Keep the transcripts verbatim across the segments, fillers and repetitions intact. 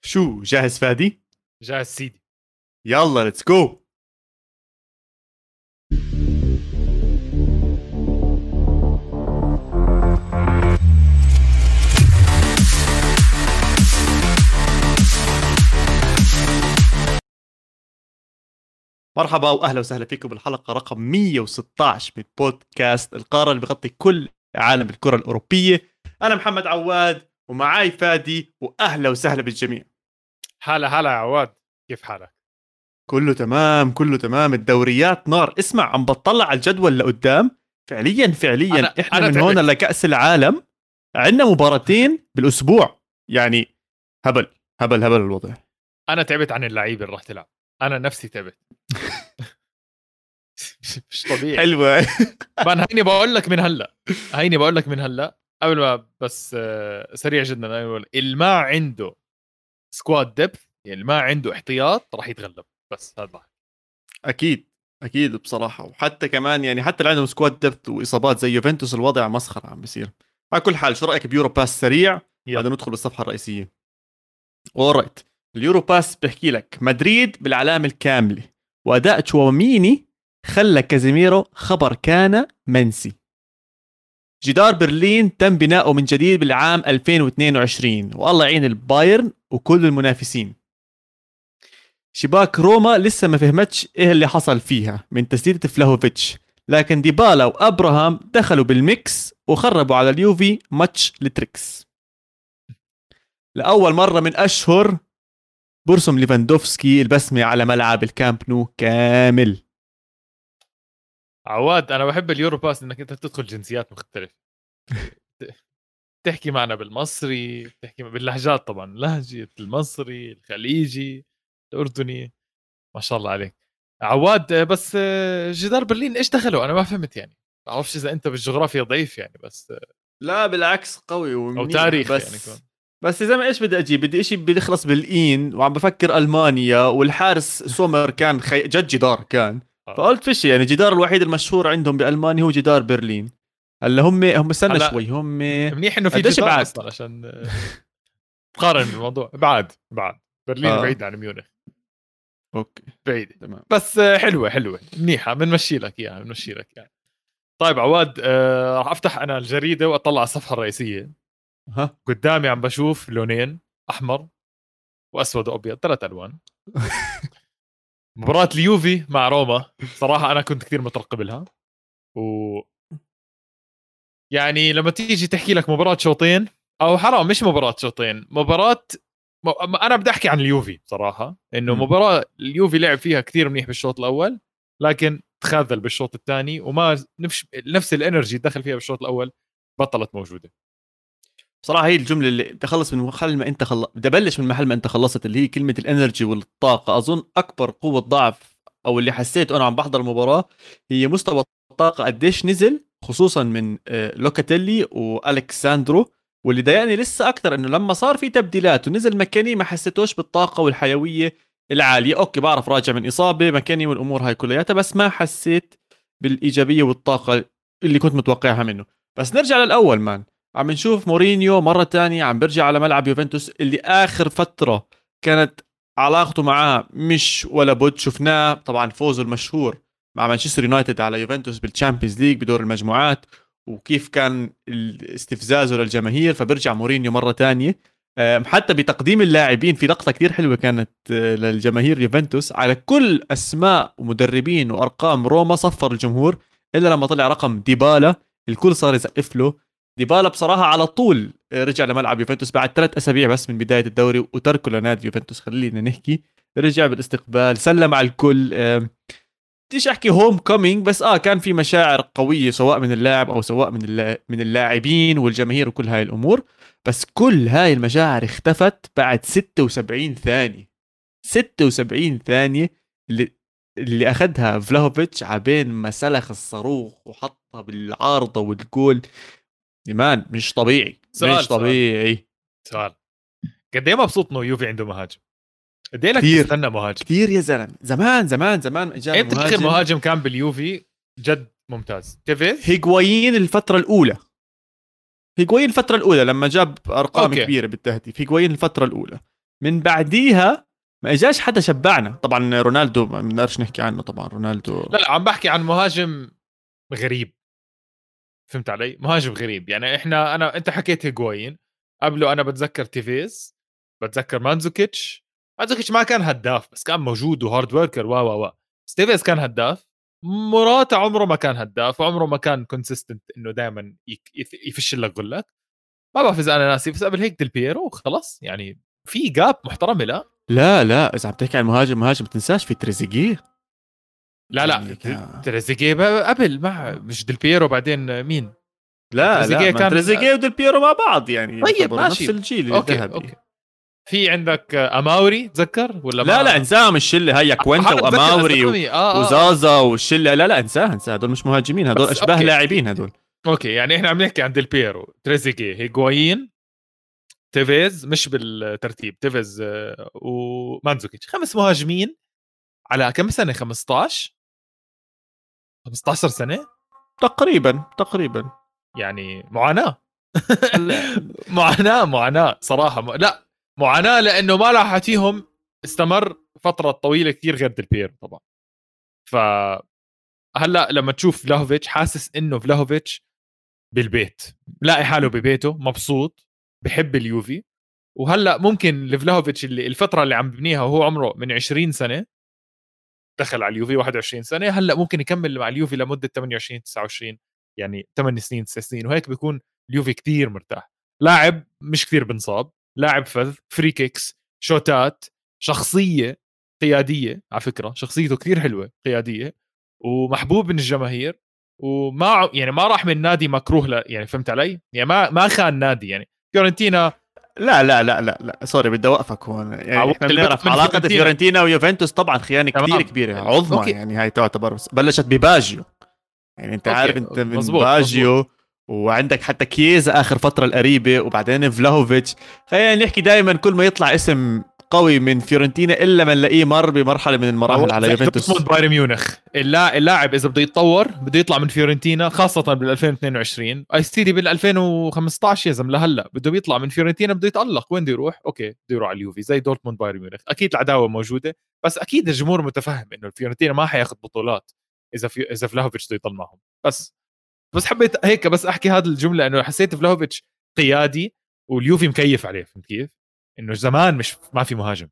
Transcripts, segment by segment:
شو جاهز فادي؟ جاهز سيدي. يلا ليتس جو. مرحبا واهلا وسهلا فيكم بالحلقه رقم مية وستة عشر من بودكاست القاره اللي بغطي كل عالم الكره الاوروبيه. انا محمد عواد ومعاي فادي، واهلا وسهلا بالجميع. هلا هلا يا عواد، كيف حالك؟ كله تمام كله تمام. الدوريات نار. اسمع، عم بطلع على الجدول لقدام. فعليا فعليا انا احنا انا من هون تعبت. لكأس العالم عندنا مباراتين بالاسبوع، يعني هبل هبل هبل الوضع. انا تعبت عن اللعيبه اللي راح تلعب. انا نفسي تعبت. مش طبيعي. حلوه. مان هيني بقول لك من هلا هيني بقول لك من هلا قبل ما بس آه، سريع جدا. أنا بقول اللي ما عنده سكواد ديبث، يعني اللي ما عنده احتياط راح يتغلب. بس هذا اكيد اكيد بصراحه، وحتى كمان يعني حتى اللي عندهم سكواد دبت واصابات زي يوفنتوس الوضع مسخره عم بيصير. على كل حال، شو رايك بيورو باس سريع؟ يلا. بعدين ندخل بالصفحه الرئيسيه. اورايت. اليورو باس بحكي لك مدريد بالعلامه الكامله، واداء تشواميني خلى كازيميرو خبر كان منسي. جدار برلين تم بناؤه من جديد بالعام ألفين واثنين وعشرين، والله يعين البايرن وكل المنافسين. شباك روما لسه ما فهمتش ايه اللي حصل فيها من تسديدة فلاهوفيتش، لكن ديبالا وابراهام دخلوا بالميكس وخربوا على اليوفي ماتش التريكس. لأول مرة من أشهر برسم ليفاندوفسكي البسمة على ملعب الكامب نو كامل. عواد، انا بحب اليورو باس انك انت تدخل جنسيات مختلفه. تحكي معنا بالمصري، تحكي باللهجات، طبعا لهجة المصري، الخليجي، الأردني. ما شاء الله عليك عواد. بس جدار برلين ايش دخلوا؟ انا ما فهمت يعني. ما بعرفش اذا انت بالجغرافيا ضعيف يعني، بس لا بالعكس، قوي او ومنيح. تاريخ يعني كمان. بس بس زي ما ايش بدي اجيب، بدي اشي بيخلص بالإين، وعم بفكر المانيا والحارس سومر كان خي... جد جدار كان. آه. فقلت فيش يعني الجدار الوحيد المشهور عندهم بالمانيا هو جدار برلين. هلا هم هم استنى هلا شوي هم منيح انه في قديش جدار بعاد؟ اصلا عشان تقارن بالموضوع. بعد بعد برلين اه بعيد عن ميونخ. اوكي بعيد. تمام. بس حلوه حلوه منيحه، بنمشي لك اياها بنمشي لك يعني. طيب عواد، آه راح افتح انا الجريده واطلع على الصفحه الرئيسيه. ها. قدامي عم بشوف لونين، احمر واسود وابيض، ثلاث الوان. مباراة اليوفي مع روما صراحة أنا كنت كثير مترقب لها. و يعني لما تيجي تحكي لك مباراة شوطين، أو حرام مش مباراة شوطين، مباراة م... أنا بدي أحكي عن اليوفي صراحة. إنه مم. مباراة اليوفي لعب فيها كثير منيح بالشوط الأول، لكن تخاذل بالشوط الثاني، وما نفس نفس الانرجي دخل فيها بالشوط الأول بطلت موجودة. بصراحة هي الجملة اللي بدي أخلص من محل ما أنت خلص، بدي أبلش من محل ما أنت خلصت، اللي هي كلمة الانرجي والطاقة. أظن أكبر قوة ضعف أو اللي حسيته أنا عم بحضر المباراة هي مستوى الطاقة قديش نزل، خصوصا من آه، لوكاتيلي وألكساندرو. واللي ضايقني لسه أكثر إنه لما صار في تبديلات ونزل مكاني ما حسيتوش بالطاقة والحيوية العالية. أوكي بعرف راجع من إصابة مكاني والأمور هاي كلياتها، بس ما حسيت بالإيجابية والطاقة اللي كنت متوقعها منه. بس نرجع للأول مان. عم نشوف مورينيو مرة تانية عم برجع على ملعب يوفنتوس اللي آخر فترة كانت علاقته معاه مش ولا بد. شفناه طبعا فوزه المشهور مع مانشستر يونايتد على يوفنتوس بالتشامبيونز ليج بدور المجموعات، وكيف كان استفزازه للجماهير. فبرجع مورينيو مرة تانية. حتى بتقديم اللاعبين في لقطة كتير حلوة كانت للجماهير يوفنتوس على كل أسماء ومدربين وأرقام روما، صفر الجمهور إلا لما طلع رقم ديبالا الكل صار يسقف له. ديبالا بصراحة على طول رجع لملعب يوفنتوس بعد ثلاث أسابيع بس من بداية الدوري وتركه لنادي يوفنتوس. خلينا نحكي رجع بالاستقبال، سلم على الكل. بديش احكي هوم كومينج، بس اه كان في مشاعر قويه سواء من اللاعب او سواء من اللا... من اللاعبين والجماهير وكل هاي الامور. بس كل هاي المشاعر اختفت بعد ستة وسبعين ثانيه. ستة وسبعين ثانيه اللي اللي اخذها فلاهوفيتش عبين ما سلخ الصاروخ وحطها بالعارضه والجول. ايمان مش طبيعي سؤال مش سؤال طبيعي. سؤال قد ايه مبسوط انه يوفي عنده مهاجم؟ قد ايه لك كثير تستنى مهاجم؟ كثير يا زلمه. زمان زمان زمان اجانا امتى اخر مهاجم. مهاجم كان باليوفي جد ممتاز؟ تيفيز. هيغوايين الفتره الاولى. هيغوايين الفترة الأولى لما جاب أرقام اوكي. كبيرة بالتهديف. هيغوايين الفترة الأولى. من بعديها ما اجاش حدا شبعنا. طبعا رونالدو ما بنقدرش نحكي عنه طبعا رونالدو. لا لا عم بحكي عن مهاجم غريب، فهمت علي؟ مهاجم غريب يعني. احنا انا انت حكيت هيغوين، قبله انا بتذكر تيفيز، بتذكر مانزوكيتش. مانزوكيتش ما كان هداف بس كان موجود وهارد وركر وا وا وا ستيفيز كان هداف. موراتا عمره ما كان هداف وعمره ما كان كونسيستنت انه دائما يفشل لك غلك. ما بعرف اذا انا ناسي بس قبل هيك ديل بييرو خلص يعني في جاب محترمه. لا لا لا اذا عم تحكي عن مهاجم مهاجم ما تنساش في تريزيجيه. لا لا يعني كان... تريزيجيه قبل مع مش ديل بييرو بعدين مين؟ لا لا ما كان تريزيجيه وديل بييرو مع بعض يعني طيب نفس ماشي الجيل أوكي. الذهبي. أوكي. في عندك اماوري تذكر ولا لا ما؟ لا انساهم الشله هي كوينتا واماوري و... آه آه وزازا والشله. لا لا انساها انساها هدول مش مهاجمين هدول اشباه أوكي. لاعبين هدول. اوكي يعني احنا عم نحكي عن ديل بييرو تريزيجيه هيغوين تيفيز مش بالترتيب تيفيز ومانزوكيتش خمس مهاجمين على كم سنه؟ خمستاشر خمستاشر سنه تقريبا تقريبا يعني معاناه. معاناه معاناه صراحه م... لا معاناه لانه ما راح فيهم استمر فتره طويله كثير غير ديل بييرو طبعا. ف هلا لما تشوف فلاهوفيتش حاسس انه فلاهوفيتش بالبيت لاقي حاله ببيته مبسوط بحب اليوفي. وهلا ممكن لفلاهوفيتش اللي الفتره اللي عم ببنيها وهو عمره من عشرين سنه دخل على اليوفي واحد وعشرين سنه هلا ممكن يكمل مع اليوفي لمده ثمانية وعشرين تسعة وعشرين يعني ثمانية سنين تسع سنين وهيك بيكون اليوفي كتير مرتاح. لاعب مش كتير بنصاب لاعب فذ فري كيكس شوتات شخصيه قياديه على فكره شخصيته كتير حلوه قياديه ومحبوب من الجماهير وما يعني ما راح من نادي مكروه ل... يعني فهمت علي يعني ما ما خان نادي يعني فيورنتينا. لا لا لا لا لا سوري بدي اوقفك هون يعني احنا بنعرف علاقه فيورنتينا. فيورنتينا ويوفنتوس طبعا خيانه كثير كبيره عظمى أوكي. يعني هاي تعتبر بلشت بباجيو يعني انت أوكي. عارف انت من مزبوط. باجيو مزبوط. وعندك حتى كييزا اخر فتره القريبه وبعدين فلاهوفيتش. خلينا نحكي دائما كل ما يطلع اسم قوي من فيورنتينا الا ما نلاقيه مر بمرحله من المراحل على يوفنتوس. دورتموند بايرن ميونخ اللاعب اذا بده يتطور بده يطلع من فيورنتينا خاصه بال ألفين واثنين وعشرين اي سيدي بال ألفين وخمسطعش يا زلمه لهلا بده يطلع من فيورنتينا بده يتالق وين بده يروح؟ اوكي بده يروح على اليوفي زي دورتموند بايرن ميونخ. اكيد العداوه موجوده بس اكيد الجمهور متفهم انه الفيورنتينا ما حياخذ بطولات اذا في اذا فلاهوفيتش بده يضل معهم. بس بس حبيت هيك بس احكي هذه الجمله انه حسيت فلاهوفيتش قيادي واليوفي مكيف عليه. فهمت كيف؟ انه زمان مش ما في مهاجم.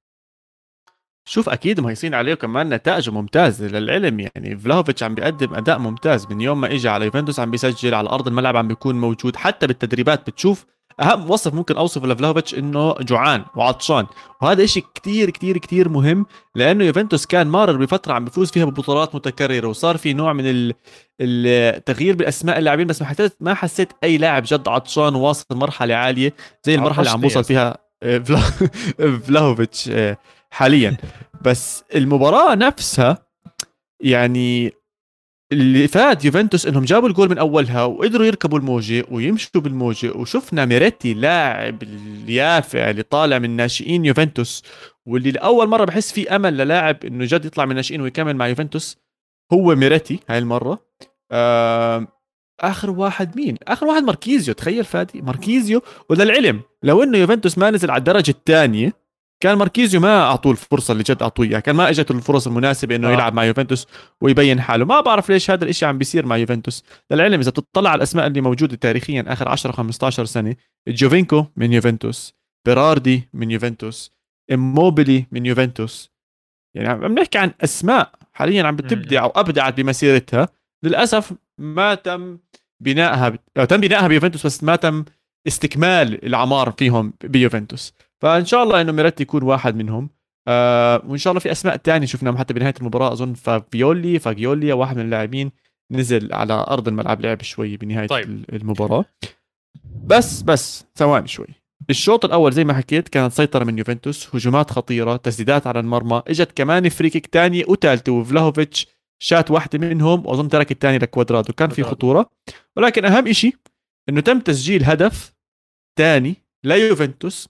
شوف اكيد مهيصين عليه وكمان نتائجه ممتازه للعلم يعني فلاهوفيتش عم بيقدم اداء ممتاز من يوم ما اجى على يوفنتوس عم بيسجل على ارض الملعب عم بيكون موجود حتى بالتدريبات بتشوف. اهم وصف ممكن اوصفه لفلاهوفيتش انه جوعان وعطشان وهذا إشي كتير كتير كتير مهم لانه يوفنتوس كان مارر بفتره عم بيفوز فيها ببطولات متكرره وصار في نوع من التغيير باسماء اللاعبين بس ما حسيت ما حسيت اي لاعب جد عطشان وواصل مرحله عاليه زي المرحله اللي عم بوصل فيها فلاهوفيتش حاليا. بس المباراة نفسها يعني اللي فاد يوفنتوس انهم جابوا الجول من اولها وقدروا يركبوا الموجة ويمشوا بالموجة وشفنا ميريتي لاعب اليافع اللي طالع من ناشئين يوفنتوس واللي لأول مرة بحس فيه امل للاعب انه جد يطلع من ناشئين ويكمل مع يوفنتوس هو ميريتي هاي المرة. اخر واحد مين؟ اخر واحد ماركيزيو. تخيل فادي ماركيزيو وللعلم لو انه يوفنتوس ما نزل على الدرجة الثانية كان ماركيزيو ما اعطوه الفرصه اللي جد اعطوه اياها كان ما اجته الفرص المناسبه انه آه. يلعب مع يوفنتوس ويبين حاله. ما بعرف ليش هذا الاشي عم بيصير مع يوفنتوس. للعلم اذا بتطلع على الاسماء اللي موجوده تاريخيا اخر عشرة خمستاشر سنه جوفينكو من يوفنتوس بيراردي من يوفنتوس اموبيلي من يوفنتوس يعني عم نحكي عن اسماء حاليا عم بتبدع او ابدعت بمسيرتها. للاسف ما تم بنائها ب... تم بنائها بيوفنتوس بس ما تم استكمال العمار فيهم بيوفنتوس. فان شاء الله انه ميريتي يكون واحد منهم آه وان شاء الله في اسماء تانية شفناهم حتى بنهايه المباراه اظن فابيولي فاجيوليا واحد من اللاعبين نزل على ارض الملعب لعب شوي بنهايه طيب. المباراه. بس بس ثواني شوي. الشوط الاول زي ما حكيت كانت سيطره من يوفنتوس هجمات خطيره تسديدات على المرمى اجت كمان فريكيك تانية وثالثه وفلاهوفيتش شات واحدة منهم واظن ترك الثاني لكوادرادو كان في خطوره. ولكن اهم إشي انه تم تسجيل هدف ثاني ليوفنتوس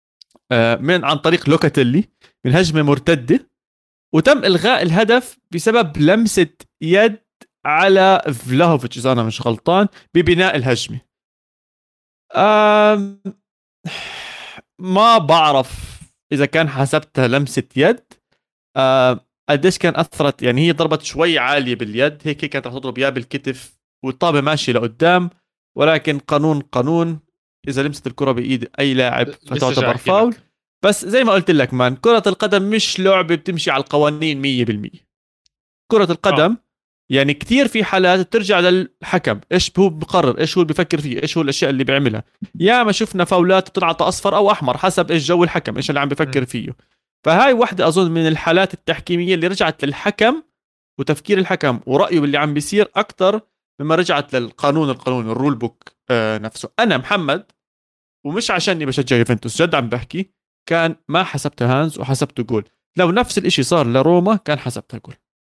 من عن طريق لوكاتيلي من هجمة مرتدة وتم إلغاء الهدف بسبب لمسة يد على فلاهوفيتش إذا أنا مش غلطان ببناء الهجمة. ما بعرف اذا كان حسبتها لمسه يد آه قديش كان اثرت. يعني هي ضربت شوي عاليه باليد، هيك كانت رح تضرب يا بالكتف والطابه ماشيه لقدام، ولكن قانون قانون اذا لمست الكره بايد اي لاعب لسه جاي فتعتبر أحكي فاول. لك. بس زي ما قلت لك مان، كره القدم مش لعبه بتمشي على القوانين مية بالمية. كره القدم آه. يعني كتير في حالات بترجع للحكم، ايش هو بقرر، ايش هو بفكر فيه، ايش هو الاشياء اللي بيعملها. يا ما شفنا فاولات بتنعطى اصفر او احمر حسب ايش جو الحكم، ايش اللي عم بفكر فيه. فهاي واحدة اظن من الحالات التحكيمية اللي رجعت للحكم وتفكير الحكم ورأيه باللي عم بيصير اكثر مما رجعت للقانون القانون الرول بوك آه نفسه. انا محمد، ومش عشاني بشجع يوفنتوس، جد عم بحكي، كان ما حسبتها هانز وحسبته جول. لو نفس الاشي صار لروما كان حسبتها جول.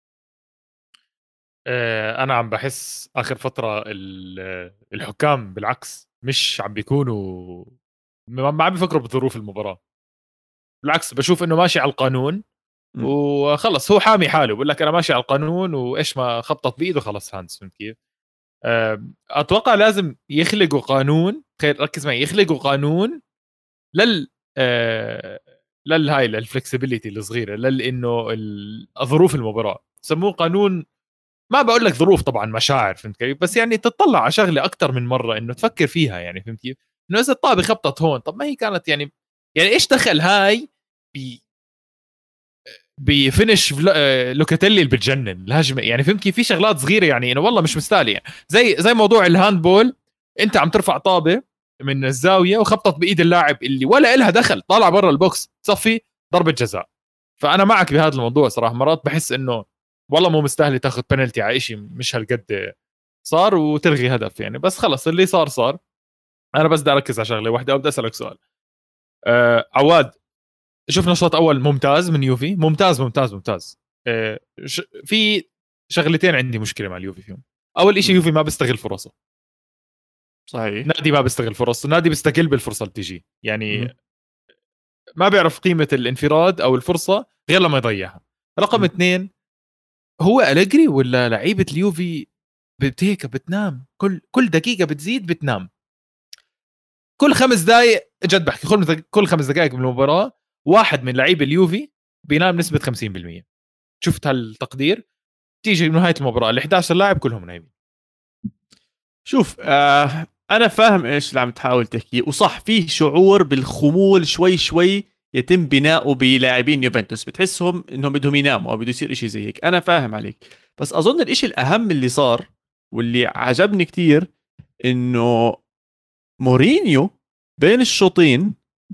آه، انا عم بحس اخر فتره الحكام بالعكس مش عم بيكونوا، ما عم بيفكروا بظروف المباراه. بالعكس بشوف انه ماشي على القانون م. وخلص، هو حامي حاله بقول لك انا ماشي على القانون وايش ما خبطت بايده خلص هانس. فهمت كيف؟ اتوقع لازم يخلقوا قانون، خير ركز معي، يخلقوا قانون لل آه للهاي للفلكسبيليتي الصغيره، لانه ظروف المباراه سموه قانون. ما بقول لك ظروف طبعا مشاعر، فهمت كيف؟ بس يعني تطلع على شغله اكثر من مره، انه تفكر فيها. يعني فهمت كيف؟ انه اذا الطابه خبطت هون، طب ما هي كانت يعني يعني ايش دخل هاي ب بفينش لوكاتيلي اللي بتجنن الهجمه؟ يعني فهمت كيف؟ في شغلات صغيره يعني انه والله مش مستاهله. يعني زي زي موضوع الهاندبول، انت عم ترفع طابه من الزاويه وخبطت بايد اللاعب اللي ولا إلها دخل، طالع برا البوكس، تصفي ضربه جزاء. فانا معك بهذا الموضوع صراحه. مرات بحس انه والله مو مستاهله تاخذ بنالتي على شيء مش هالقد صار وتلغي هدف يعني. بس خلص اللي صار صار. انا بس بدي اركز على شغله واحده، بدي اسالك سؤال. أه عواد، شفنا شوط اول ممتاز من يوفي، ممتاز ممتاز ممتاز. أه ش... في شغلتين عندي مشكله مع اليوفي فيهم. اول شيء يوفي ما بيستغل فرصه. صحيح. نادي ما بيستغل فرص، نادي بيستقل بالفرصه اللي تيجي يعني. م. ما بيعرف قيمه الانفراد او الفرصه غير لما يضيعها. رقم م. اثنين، هو أليجري ولا لعيبه اليوفي بتهيك بتنام؟ كل كل دقيقه بتزيد بتنام. كل خمس دقائق، جد بحكي، كل كل خمس دقائق من المباراه واحد من لعيبه اليوفي بينام نسبه خمسين بالمية. شفت هالتقدير؟ تيجي نهايه المباراه ال إحدى عشر لاعب كلهم نايمين. شوف آه انا فاهم ايش اللي عم تحاول تحكيه، وصح فيه شعور بالخمول شوي شوي يتم بناؤه بلاعبين يوفنتوس، بتحسهم انهم بدهم يناموا او بده يصير اشي زي هيك. انا فاهم عليك، بس اظن الاشي الاهم اللي صار واللي عجبني كتير انه مورينيو بين الشوطين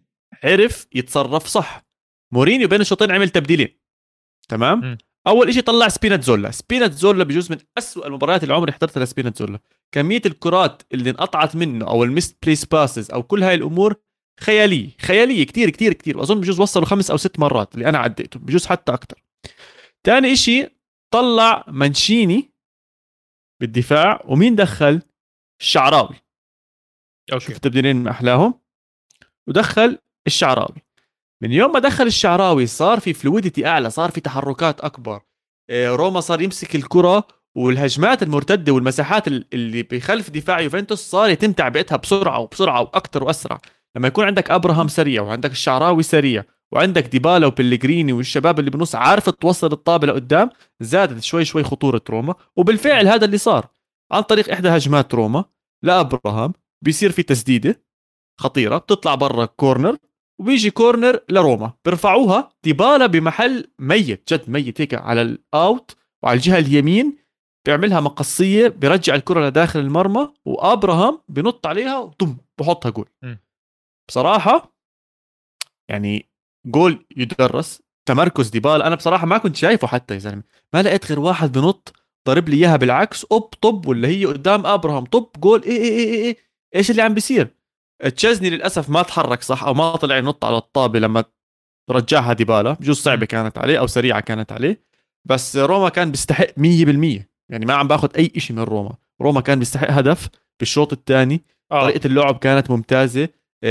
عرف يتصرف صح. مورينيو بين الشوطين عمل تبديلين، تمام. م. اول إشي طلع سبيناتزولا. سبيناتزولا بجوز من أسوأ المباريات اللي عمري حضرتها لسبيناتزولا. كمية الكرات اللي انقطعت منه او الميست بليس باسز او كل هاي الامور خيالية خيالية كتير كتير كتير. واظن بجوز وصلوا خمس او ست مرات اللي انا عديته، بجوز حتى اكتر. تاني إشي طلع مانشيني بالدفاع، ومين دخل؟ الشعراوي. اوكي. شوف تبديلين من احلاهم، ودخل الشعراوي. من يوم ما دخل الشعراوي صار في فلويدتي اعلى، صار في تحركات اكبر. روما صار يمسك الكرة، والهجمات المرتدة والمساحات اللي بخلف دفاع يوفنتوس صار يتم تعبئتها بسرعة وبسرعة وأكتر وأسرع. لما يكون عندك أبراهام سريع، وعندك الشعراوي سريع، وعندك ديبالا وبلغريني والشباب اللي بنص عارفة توصل الطابة لقدام، زادت شوي شوي خطورة روما. وبالفعل هذا اللي صار عن طريق إحدى هجمات روما لأبراهام. بيصير في تسديدة خطيرة بتطلع برا كورنر، وبيجي كورنر لروما بيرفعوها، ديبالا بمحل ميت جد ميت هيك على الاوت وعلى الجهه اليمين بيعملها مقصيه، بيرجع الكره لداخل المرمى، وابراهام بنط عليها وطم بحطها جول. م. بصراحه يعني جول يدرس. تمركز ديبالا انا بصراحه ما كنت شايفه حتى يا زلمه، ما لقيت غير واحد بنط ضرب لي اياها بالعكس، اوب طب، ولا هي قدام ابراهام طب جول. ايه ايه ايه ايه ايش اللي عم بيصير؟ تشيزني للاسف ما تحرك صح، او ما طلع ينط على الطابه لما رجعها ديبالا. بجوز صعبه كانت عليه او سريعه كانت عليه، بس روما كان بيستحق مية بالمية. يعني ما عم باخذ اي شيء من روما. روما كان بيستحق هدف بالشوط الثاني. آه. طريقه اللعب كانت ممتازه.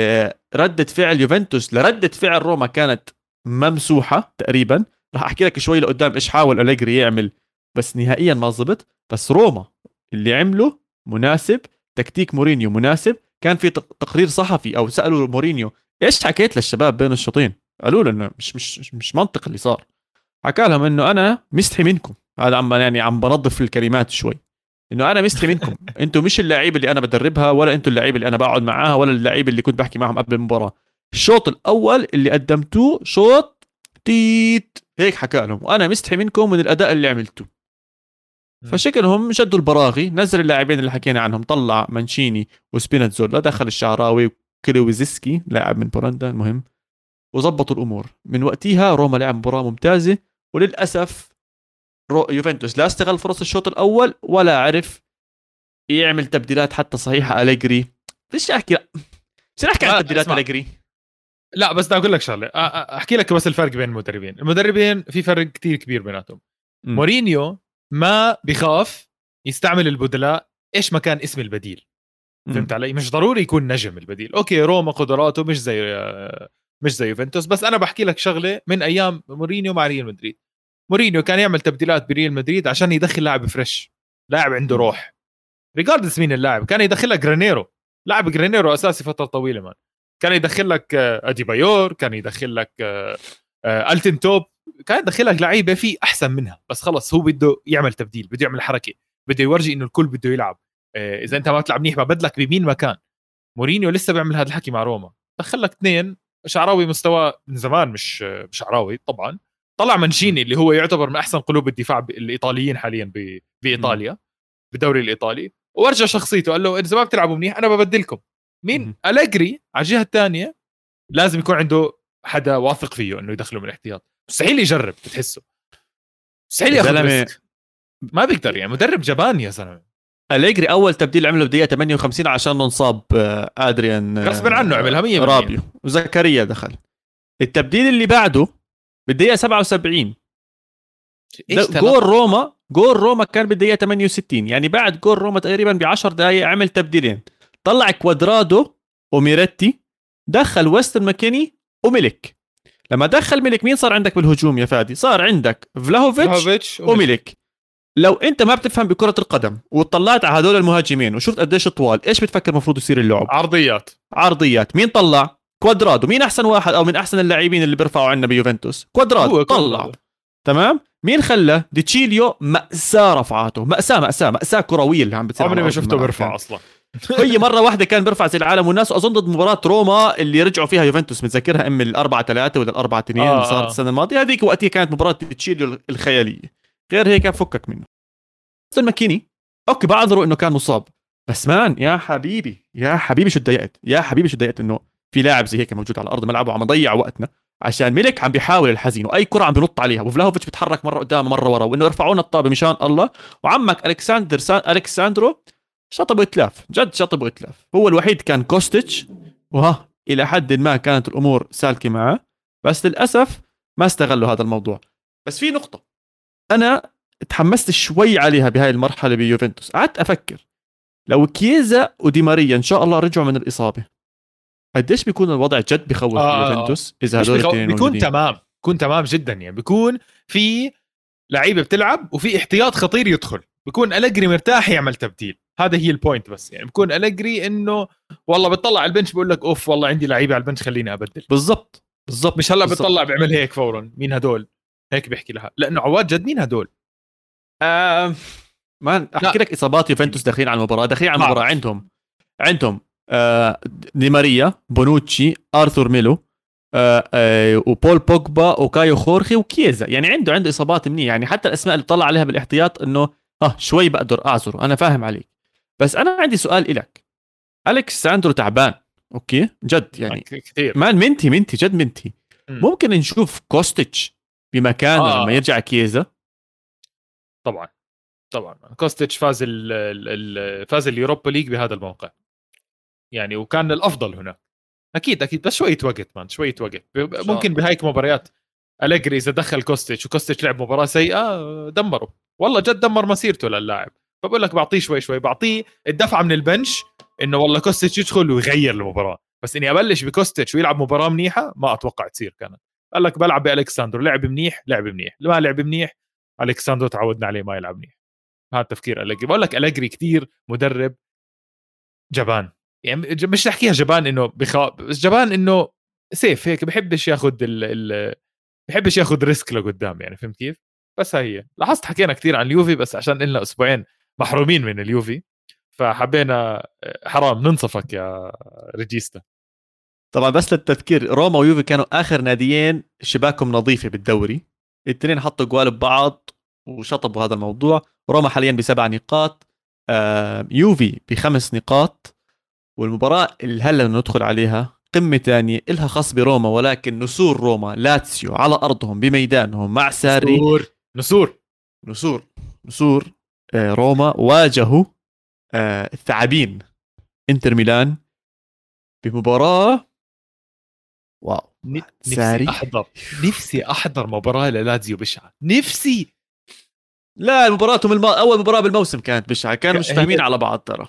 ردة فعل يوفنتوس لردة فعل روما كانت ممسوحه تقريبا. راح احكي لك شوي لقدام ايش حاول أليجري يعمل، بس نهائيا ما زبط. بس روما اللي عمله مناسب، تكتيك مورينيو مناسب. كان في تقرير صحفي او سالوا مورينيو ايش حكيت للشباب بين الشوطين، قالوا له انه مش مش مش منطق اللي صار. حكى لهم انه انا مستحي منكم، هذا عم يعني عم بنظف الكلمات شوي، انه انا مستحي منكم انتم مش اللعيبه اللي انا بدربها، ولا انتم اللعيبه اللي انا بقعد معاها، ولا اللعيبه اللي كنت بحكي معهم قبل المباراه. الشوط الاول اللي قدمتوه شوط تيت، هيك حكى لهم، وانا مستحي منكم من الاداء اللي عملتوه. فشكلهم شدوا البراغي، نزل اللاعبين اللي حكينا عنهم، طلع مانشيني وسبيناتزولا، دخل الشعراوي وكلويزسكي لاعب من بولندا المهم، وظبطوا الامور. من وقتها روما لعب مباراه ممتازه، وللاسف رو يوفنتوس لا استغل فرص الشوط الاول ولا عرف يعمل تبديلات حتى صحيحه. أليجري ليش احكي لا شو احكي عن تبديلات أليجري؟ لا بس بدي اقول لك شغله، احكي لك بس الفرق بين المدربين. المدربين في فرق كتير كبير بيناتهم. م. مورينيو ما بيخاف يستعمل البدلاء ايش ما كان اسم البديل. م. فهمت علي؟ مش ضروري يكون نجم البديل. اوكي روما قدراته مش زي مش زي يوفنتوس، بس انا بحكي لك شغله من ايام مورينيو مع ريال مدريد. مورينيو كان يعمل تبديلات بريال مدريد عشان يدخل لاعب فريش، لاعب عنده روح، ريغاردس مين اللاعب. كان يدخل لك جرانيرو، لاعب جرانيرو اساسي فتره طويله مان. كان يدخل لك ادي بايور، كان يدخل لك التين توب، كان يدخل لك لعيبه في احسن منها، بس خلص هو بده يعمل تبديل، بده يعمل حركه، بده يورجي انه الكل بده يلعب. اذا انت ما بتلعب منيح ببدلك بمين مكان. مورينيو لسه بيعمل هذا الحكي مع روما، دخل لك اثنين شعراوي مستوى من زمان مش شعراوي طبعا، طلع مانشيني اللي هو يعتبر من احسن قلوب الدفاع الايطاليين حاليا بايطاليا بالدوري الايطالي، وارجع شخصيته قال له اذا ما بتلعبوا منيح انا ببدلكم. مين؟ أليجري على الجهه الثانيه لازم يكون عنده حدا واثق فيه انه يدخله من الاحتياط، مستحيل يجرب، بتحسه مستحيل ياخذ ريسك، ما بيقدر يعني، مدرب جبان يا زلمه. أليجري اول تبديل عمله بدقيقه ثمانية وخمسين عشان انصاب ادريان غصبا عنه عملها مية رابيو، وزكريا دخل. التبديل اللي بعده بالدقيقه سبعة وسبعين جول روما، جول روما كان بالدقيقه ثمانية وستين، يعني بعد جول روما تقريبا بعشر دقائق عمل تبديلين، طلع كوادرادو وميريتي، دخل ويستن ماكيني وميلك. لما دخل ميلك مين صار عندك بالهجوم يا فادي؟ صار عندك فلاهوفيتش وميلك. لو انت ما بتفهم بكرة القدم وطلعت على هدول المهاجمين وشفت قديش طوال، ايش بتفكر مفروض يصير اللعب؟ عرضيات عرضيات. مين طلع؟ كوادرادو. مين احسن واحد او من احسن اللاعبين اللي بيرفعوا عندنا بيوفنتوس؟ كوادرادو طلع. تمام. مين خلى؟ ديتشيليو مأساة رفعاته، مأساة مأساة مأساة كروية اللي عم بتصير. عمري ما شفته بيرفع اصلا. هي مرة واحدة كان بيرفع زي العالم والناس، أظن ضد مباراة روما اللي رجعوا فيها يوفنتوس، متذكرها ام الأربعة ثلاثة ولا الأربعة اثنين آه اللي صارت السنة الماضية، هذيك وقتها كانت مباراة ديتشيليو الخيالية. غير هيك فكك منه. الماكيني اوكي بعذره انه كان مصاب، بس مان يا حبيبي يا حبيبي شو تضايقت، يا حبيبي شو تضايقت انه في لاعب زي هيك موجود على ارض الملعب وعم يضيع وقتنا عشان ميلك عم بيحاول الحزين، واي كره عم بينط عليها، وفلاهوفيتش بيتحرك مره قدام مره ورا، وانه يرفعونا الطابه مشان الله. وعمك الكساندر سان... الكساندرو شطب اتلاف، جد شطب اتلاف. هو الوحيد كان كوستيتش، وها الى حد ما كانت الامور سالكه معه، بس للاسف ما استغلوا هذا الموضوع. بس في نقطه انا تحمست شوي عليها بهاي المرحله بيوفنتوس، قعدت افكر لو كيزا ودي ماريا ان شاء الله رجعوا من الاصابه، قديش بيكون الوضع جد بخوف آه يوفنتوس اذا هدول الاثنين بيكون موجودين. تمام، بيكون تمام جدا، يعني بيكون في لعيبه بتلعب وفي احتياط خطير يدخل، بيكون أليجري مرتاح يعمل تبديل، هذا هي البوينت. بس يعني بيكون أليجري انه والله بتطلع على البنش بيقول لك اوف والله عندي لعيبه على البنش خليني ابدل. بالضبط بالضبط، مش هلا بتطلع بيعمل هيك فورا، مين هدول هيك بيحكي لها، لانه عواد جد مين هدول. آه مان احكي لك اصابات يوفنتوس داخلين على المباراه، داخلين على المباراه عندهم عندهم آه دي ماريا، بونوتشي، ارثور ميلو، آه آه وبول بوجبا وكايو خورخي وكيزا، يعني عنده عنده اصابات منيح. يعني حتى الاسماء اللي طلع عليها بالاحتياط انه ها شوي بقدر اعذره، انا فاهم عليك. بس انا عندي سؤال إلك، أليكس ساندرو تعبان اوكي جد يعني كثير، مان منتي منتي جد منتي. م. ممكن نشوف كوستيتش بمكانه آه. لما يرجع كيزا. طبعا طبعا كوستيتش فاز ال فاز اليوروبا ليج بهذا الموقع يعني، وكان الافضل هناك اكيد اكيد، بس شويه وقت مان شويه وقت. ممكن بهايك مباريات أليجري اذا دخل كوستيتش وكوستيتش لعب مباراه سيئه دمره، والله جد دمر مسيرته للاعب. فبقول لك بعطيه شوي شوي، بعطيه الدفعه من البنش انه والله كوستيتش يدخل ويغير المباراه، بس اني ابلش بكوستيتش ويلعب مباراه منيحه ما اتوقع تصير. كانت قال لك بلعب بالكساندرو، لعب منيح لعب منيح، ما لعب منيح الكساندرو تعودنا عليه ما يلعب منيح. هذا تفكير أليجري. بقول لك أليجري كتير مدرب جبان، يعني مش تحكيها جبان انه بخا... بس جبان انه سيف هيك، بحبش ياخد ال ال بحبش ياخد ريسك لقدام يعني، فهمت كيف؟ بس هي لاحظت حكينا كتير عن اليوفي، بس عشان إلنا أسبوعين محرومين من اليوفي فحبينا حرام ننصفك يا ريجيستا. طبعا بس للتذكير، روما ويوفي كانوا اخر ناديين شباكهم نظيفه بالدوري، الاثنين حطوا جوال ببعض وشطبوا هذا الموضوع. روما حاليا بسبع نقاط، آه يوفي بخمس نقاط. والمباراة اللي هلا ندخل عليها قمة تانية إلها خاص بروما، ولكن نسور روما لاتسيو على أرضهم بميدانهم مع ساري. نسور نسور نسور نسور آه روما واجهوا آه الثعابين انتر ميلان بمباراة واو. نفسي أحضر نفسي أحضر مباراة للاتسيو بشعة، نفسي. لا مباراتهم الم... أول مباراة بالموسم كانت بشعة، كانوا مش فاهمين على بعض ترى.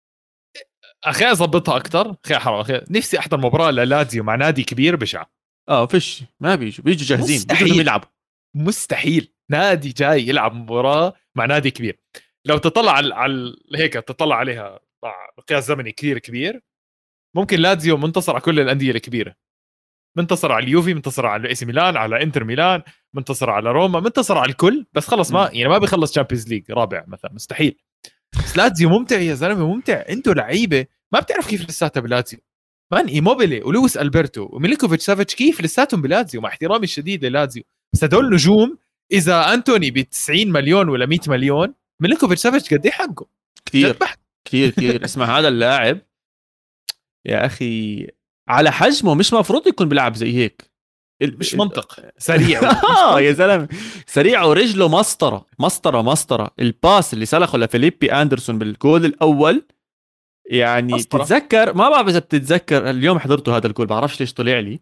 اخي اظبطها اكثر، اخي حرام اخي، نفسي احضر مباراه للاتزيو مع نادي كبير بشعه. اه فيش، ما بيجوا بيجوا جاهزين، بيجوا يلعبوا. مستحيل نادي جاي يلعب مباراه مع نادي كبير. لو تطلع على, على هيك تطلع عليها مع مقياس زمني كثير كبير، ممكن لاتزيو منتصر على كل الانديه الكبيره، منتصر على اليوفي، منتصر على الاي سي ميلان، على انتر ميلان، منتصر على روما، منتصر على الكل، بس خلص ما يعني ما بيخلص تشامبيونز ليج رابع مثلا، مستحيل. بس لاتزيو ممتع يا زلمه، ممتع. انتوا لعيبه ما بتعرف كيف لساتها بلاتزيو، مان. ايموبيلي ولويس البرتو وميليكوفيتش سافيتش كيف لساتهم بلاتزيو، مع احترامي الشديد للاتزيو، بس هدول نجوم. اذا انتوني ب تسعين مليون ولا مية مليون، ميليكوفيتش سافيتش قد ايه حقه؟ كثير كثير كثير. اسمع هذا اللاعب يا اخي على حجمه مش مفروض يكون بيلعب زي هيك، مش منطق. سريع اه يا زلمه، سريع ورجله مسطره مسطره مسطره. الباس اللي سلخه لفيليبي اندرسون بالجول الاول يعني مسطرة. بتتذكر، ما بعرف اذا بتتذكر، اليوم حضرته هذا الجول، بعرفش ليش طلع لي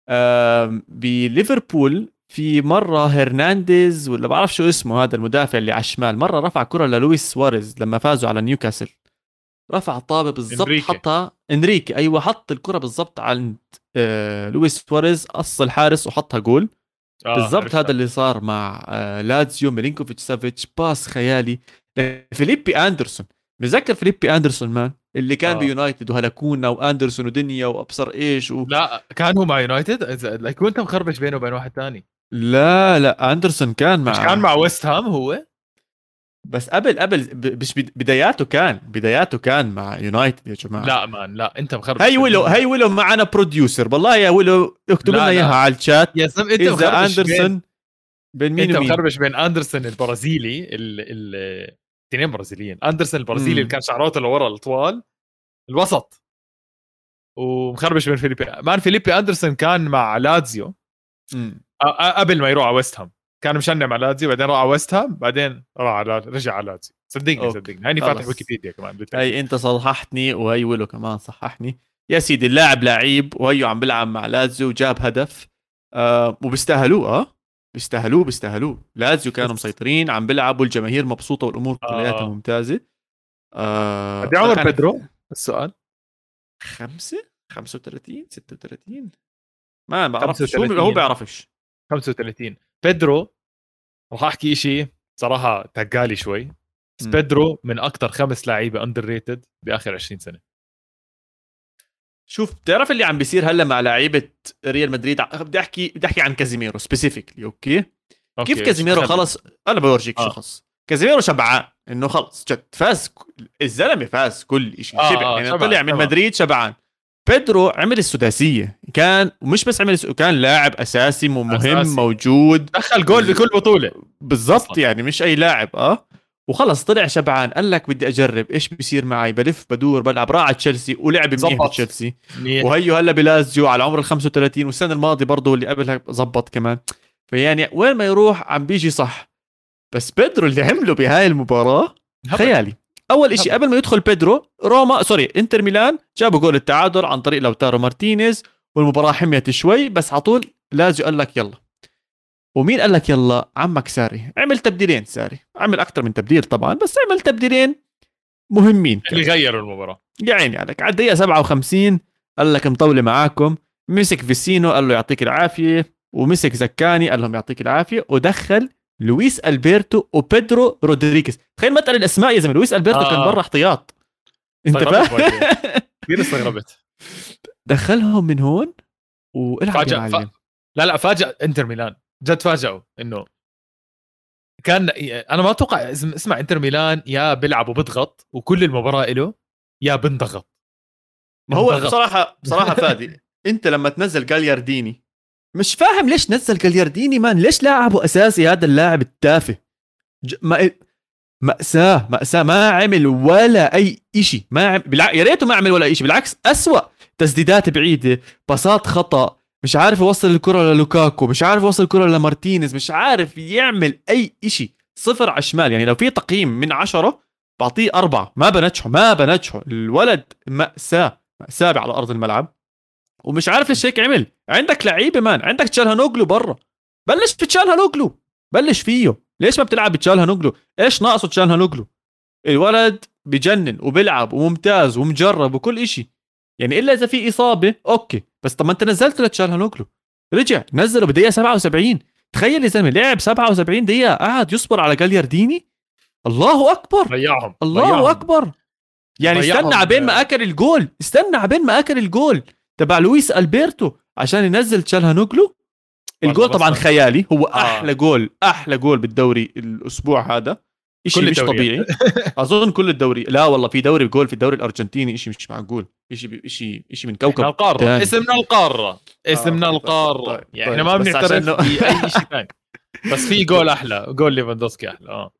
بليفربول في مره هرنانديز ولا بعرف شو اسمه هذا المدافع اللي على الشمال، مره رفع كره للويس سواريز لما فازوا على نيوكاسل، رفع الطابه بالضبط حطها انريكي، ايوه حط الكره بالضبط عند آه لويس سواريز قص الحارس وحطها جول. آه بالضبط هذا اللي صار مع آه لاتزيو. ميلينكوفيتش سافيتش باس خيالي فيليبي اندرسون. متذكر فيليبي اندرسون مان اللي كان آه. بيونايتد وهلكونا واندرسون ودنيا وابصر ايش و... لا كان هو مع يونايتد، لكن انت مخربش بينه وبين واحد تاني. لا لا اندرسون كان مع، مش كان مع ويست هام هو؟ بس قبل قبل مش بداياته كان بداياته كان مع يونايتد يا جماعه. لا مان لا انت مخربش. هي ولو هي ولو معنا بروديوسر والله يا ولو، اكتب لنا اياها على الشات يا زلمه. انت اذا اندرسون بين مين انت ومين؟ مخربش بين اندرسون البرازيلي الاثنين برازيليين، اندرسون البرازيلي اللي كان شعراته لورا الطوال الوسط، ومخربش بين فيليبي مان. فيليبي اندرسون كان مع لاتزيو قبل ما يروح على ويست هام، كان مشنع مع لاتزيو بعدين راح على ويست هام بعدين راح على رجع على لاتزيو. صدقني أوكي. صدقني هاني فاتح ويكيبيديا كمان بالتأكيد. هي انت صححتني وهي ولو كمان صححني يا سيدي. اللاعب لعيب وهيو عم بيلعب مع لاتزيو وجاب هدف آه وبيستاهلوه اه بيستاهلوه بيستاهلوه. لاتزيو كانوا مسيطرين عم بيلعبوا، الجماهير مبسوطه والامور كلياتها آه. ممتازه. آه قد ايه عمر بيدرو؟ السؤال خمسة خمسة وثلاثين ستة وثلاثين ما بعرفش، هو بيعرفش. خمسة وثلاثين بيدرو. راح احكي شيء صراحه تقالي شوي، بس م. بيدرو من اكثر خمس لاعيبه اندر ريتد باخر عشرين سنه. شوف بتعرف اللي عم بيصير هلا مع لعيبه ريال مدريد، بدي احكي بدي احكي عن كازيميرو سبيسيفيكلي. أوكي؟, اوكي كيف كازيميرو خلص انا بورجيك آه. شو خلص. كازيميرو شبعان انه خلص جد فاز، الزلمه فاز كل شيء آه شبع آه يعني شبع. طلع من شبع. مدريد شبعان. بيدرو عمل السداسيه، كان ومش بس عمل السداسية. كان لاعب اساسي مهم أساسي. موجود، دخل جول بكل بطوله بالضبط يعني مش اي لاعب اه وخلص طلع شبعان. قال لك بدي اجرب ايش بيصير معي، بلف بدور بلعب. راح تشيلسي ولعب منيح بتشيلسي، وهيو هلا بلازيو على عمر ال خمسة وثلاثين، والسنه الماضيه برضه اللي قبلها زبط كمان. فيعني وين ما يروح عم بيجي صح. بس بيدرو اللي عمله بهاي المباراه خيالي. اول إشي قبل ما يدخل بيدرو روما سوري انتر ميلان جابوا جول التعادل عن طريق لوتارو مارتينيز، والمباراه حميت شوي. بس عطول لازيو قال لك يلا. ومين قال لك يلا؟ عمك ساري. عمل تبديلين ساري، عمل اكثر من تبديل طبعا، بس عمل تبديلين مهمين اللي غيروا المباراه. يا عيني عليك. على الدقيقه سبعة وخمسين قال لك مطوله معاكم، مسك فيسينو قال له يعطيك العافيه، ومسك زكاني قال لهم يعطيك العافيه، ودخل لويس البرتو وبيدرو رودريغيز. تخيل ما تقل الاسماء يا زلمه. لويس البرتو آه. كان برا احتياط، انت فاهم؟ كثير استغربت. دخلهم من هون والعب يا فاجأ معلم. ف... لا لا فاجأ انتر ميلان جد، فاجأوا انه كان. انا ما اتوقع اسمع انتر ميلان يا بيلعب وبضغط وكل المباراه له، يا بنضغط. ما هو انضغط. بصراحه بصراحه فادي انت لما تنزل جاليارديني مش فاهم ليش نزل جاليارديني مان، ليش لاعبه اساسي هذا اللاعب التافه؟ ج... ما... مأساة مأساة، ما عمل ولا أي إشي، ما عمل بالع... يا ريته ما عمل ولا إشي، بالعكس أسوأ. تسديدات بعيدة، باصات خطأ، مش عارف يوصل الكرة للوكاكو، مش عارف يوصل الكرة لمارتينيز، مش عارف يعمل أي إشي. صفر على الشمال. يعني لو في تقييم من عشرة بعطيه أربعة. ما بنجحه ما بنجحه الولد، مأساة مأساة على أرض الملعب. ومش عارف ليش هيك عمل. عندك لعيبة مان، عندك تشالهانوغلو برا، بلش بتشالهانوغلو، بلش فيه. ليش ما بتلعب بتشالهانوغلو؟ ايش ناقصه تشالهانوغلو؟ الولد بجنن وبيلعب وممتاز ومجرب وكل إشي. يعني الا اذا في اصابه اوكي، بس طب ما انت نزلته لتشالهانوغلو، رجع نزله بدقيقه سبعة وسبعين. تخيل يا زلمه لعب سبعة وسبعين دقيقه قاعد يصبر على جاليارديني. الله اكبر ضيعهم الله ضيعهم اكبر. يعني استنى ضيعهم عبين ما اكل الجول، استنى عبين ما اكل الجول تبع لويس البرتو عشان ينزل تشالهانوغلو. الجول طبعا مثلا. خيالي، هو آه. احلى جول احلى جول بالدوري الاسبوع هذا. إشي كل مش الدوريات. طبيعي. اظن كل الدوري، لا والله في دوري جول في الدوري الارجنتيني، إشي مش معقول، إشي ب... إشي إشي من كوكب احنا القاره تاني. اسمنا القاره اسمنا آه طيب القاره طيب يعني طيب. احنا ما بس عشان بنعترف إنه باي شيء ثاني. بس في جول احلى، جول ليفاندوسكي احلى. اه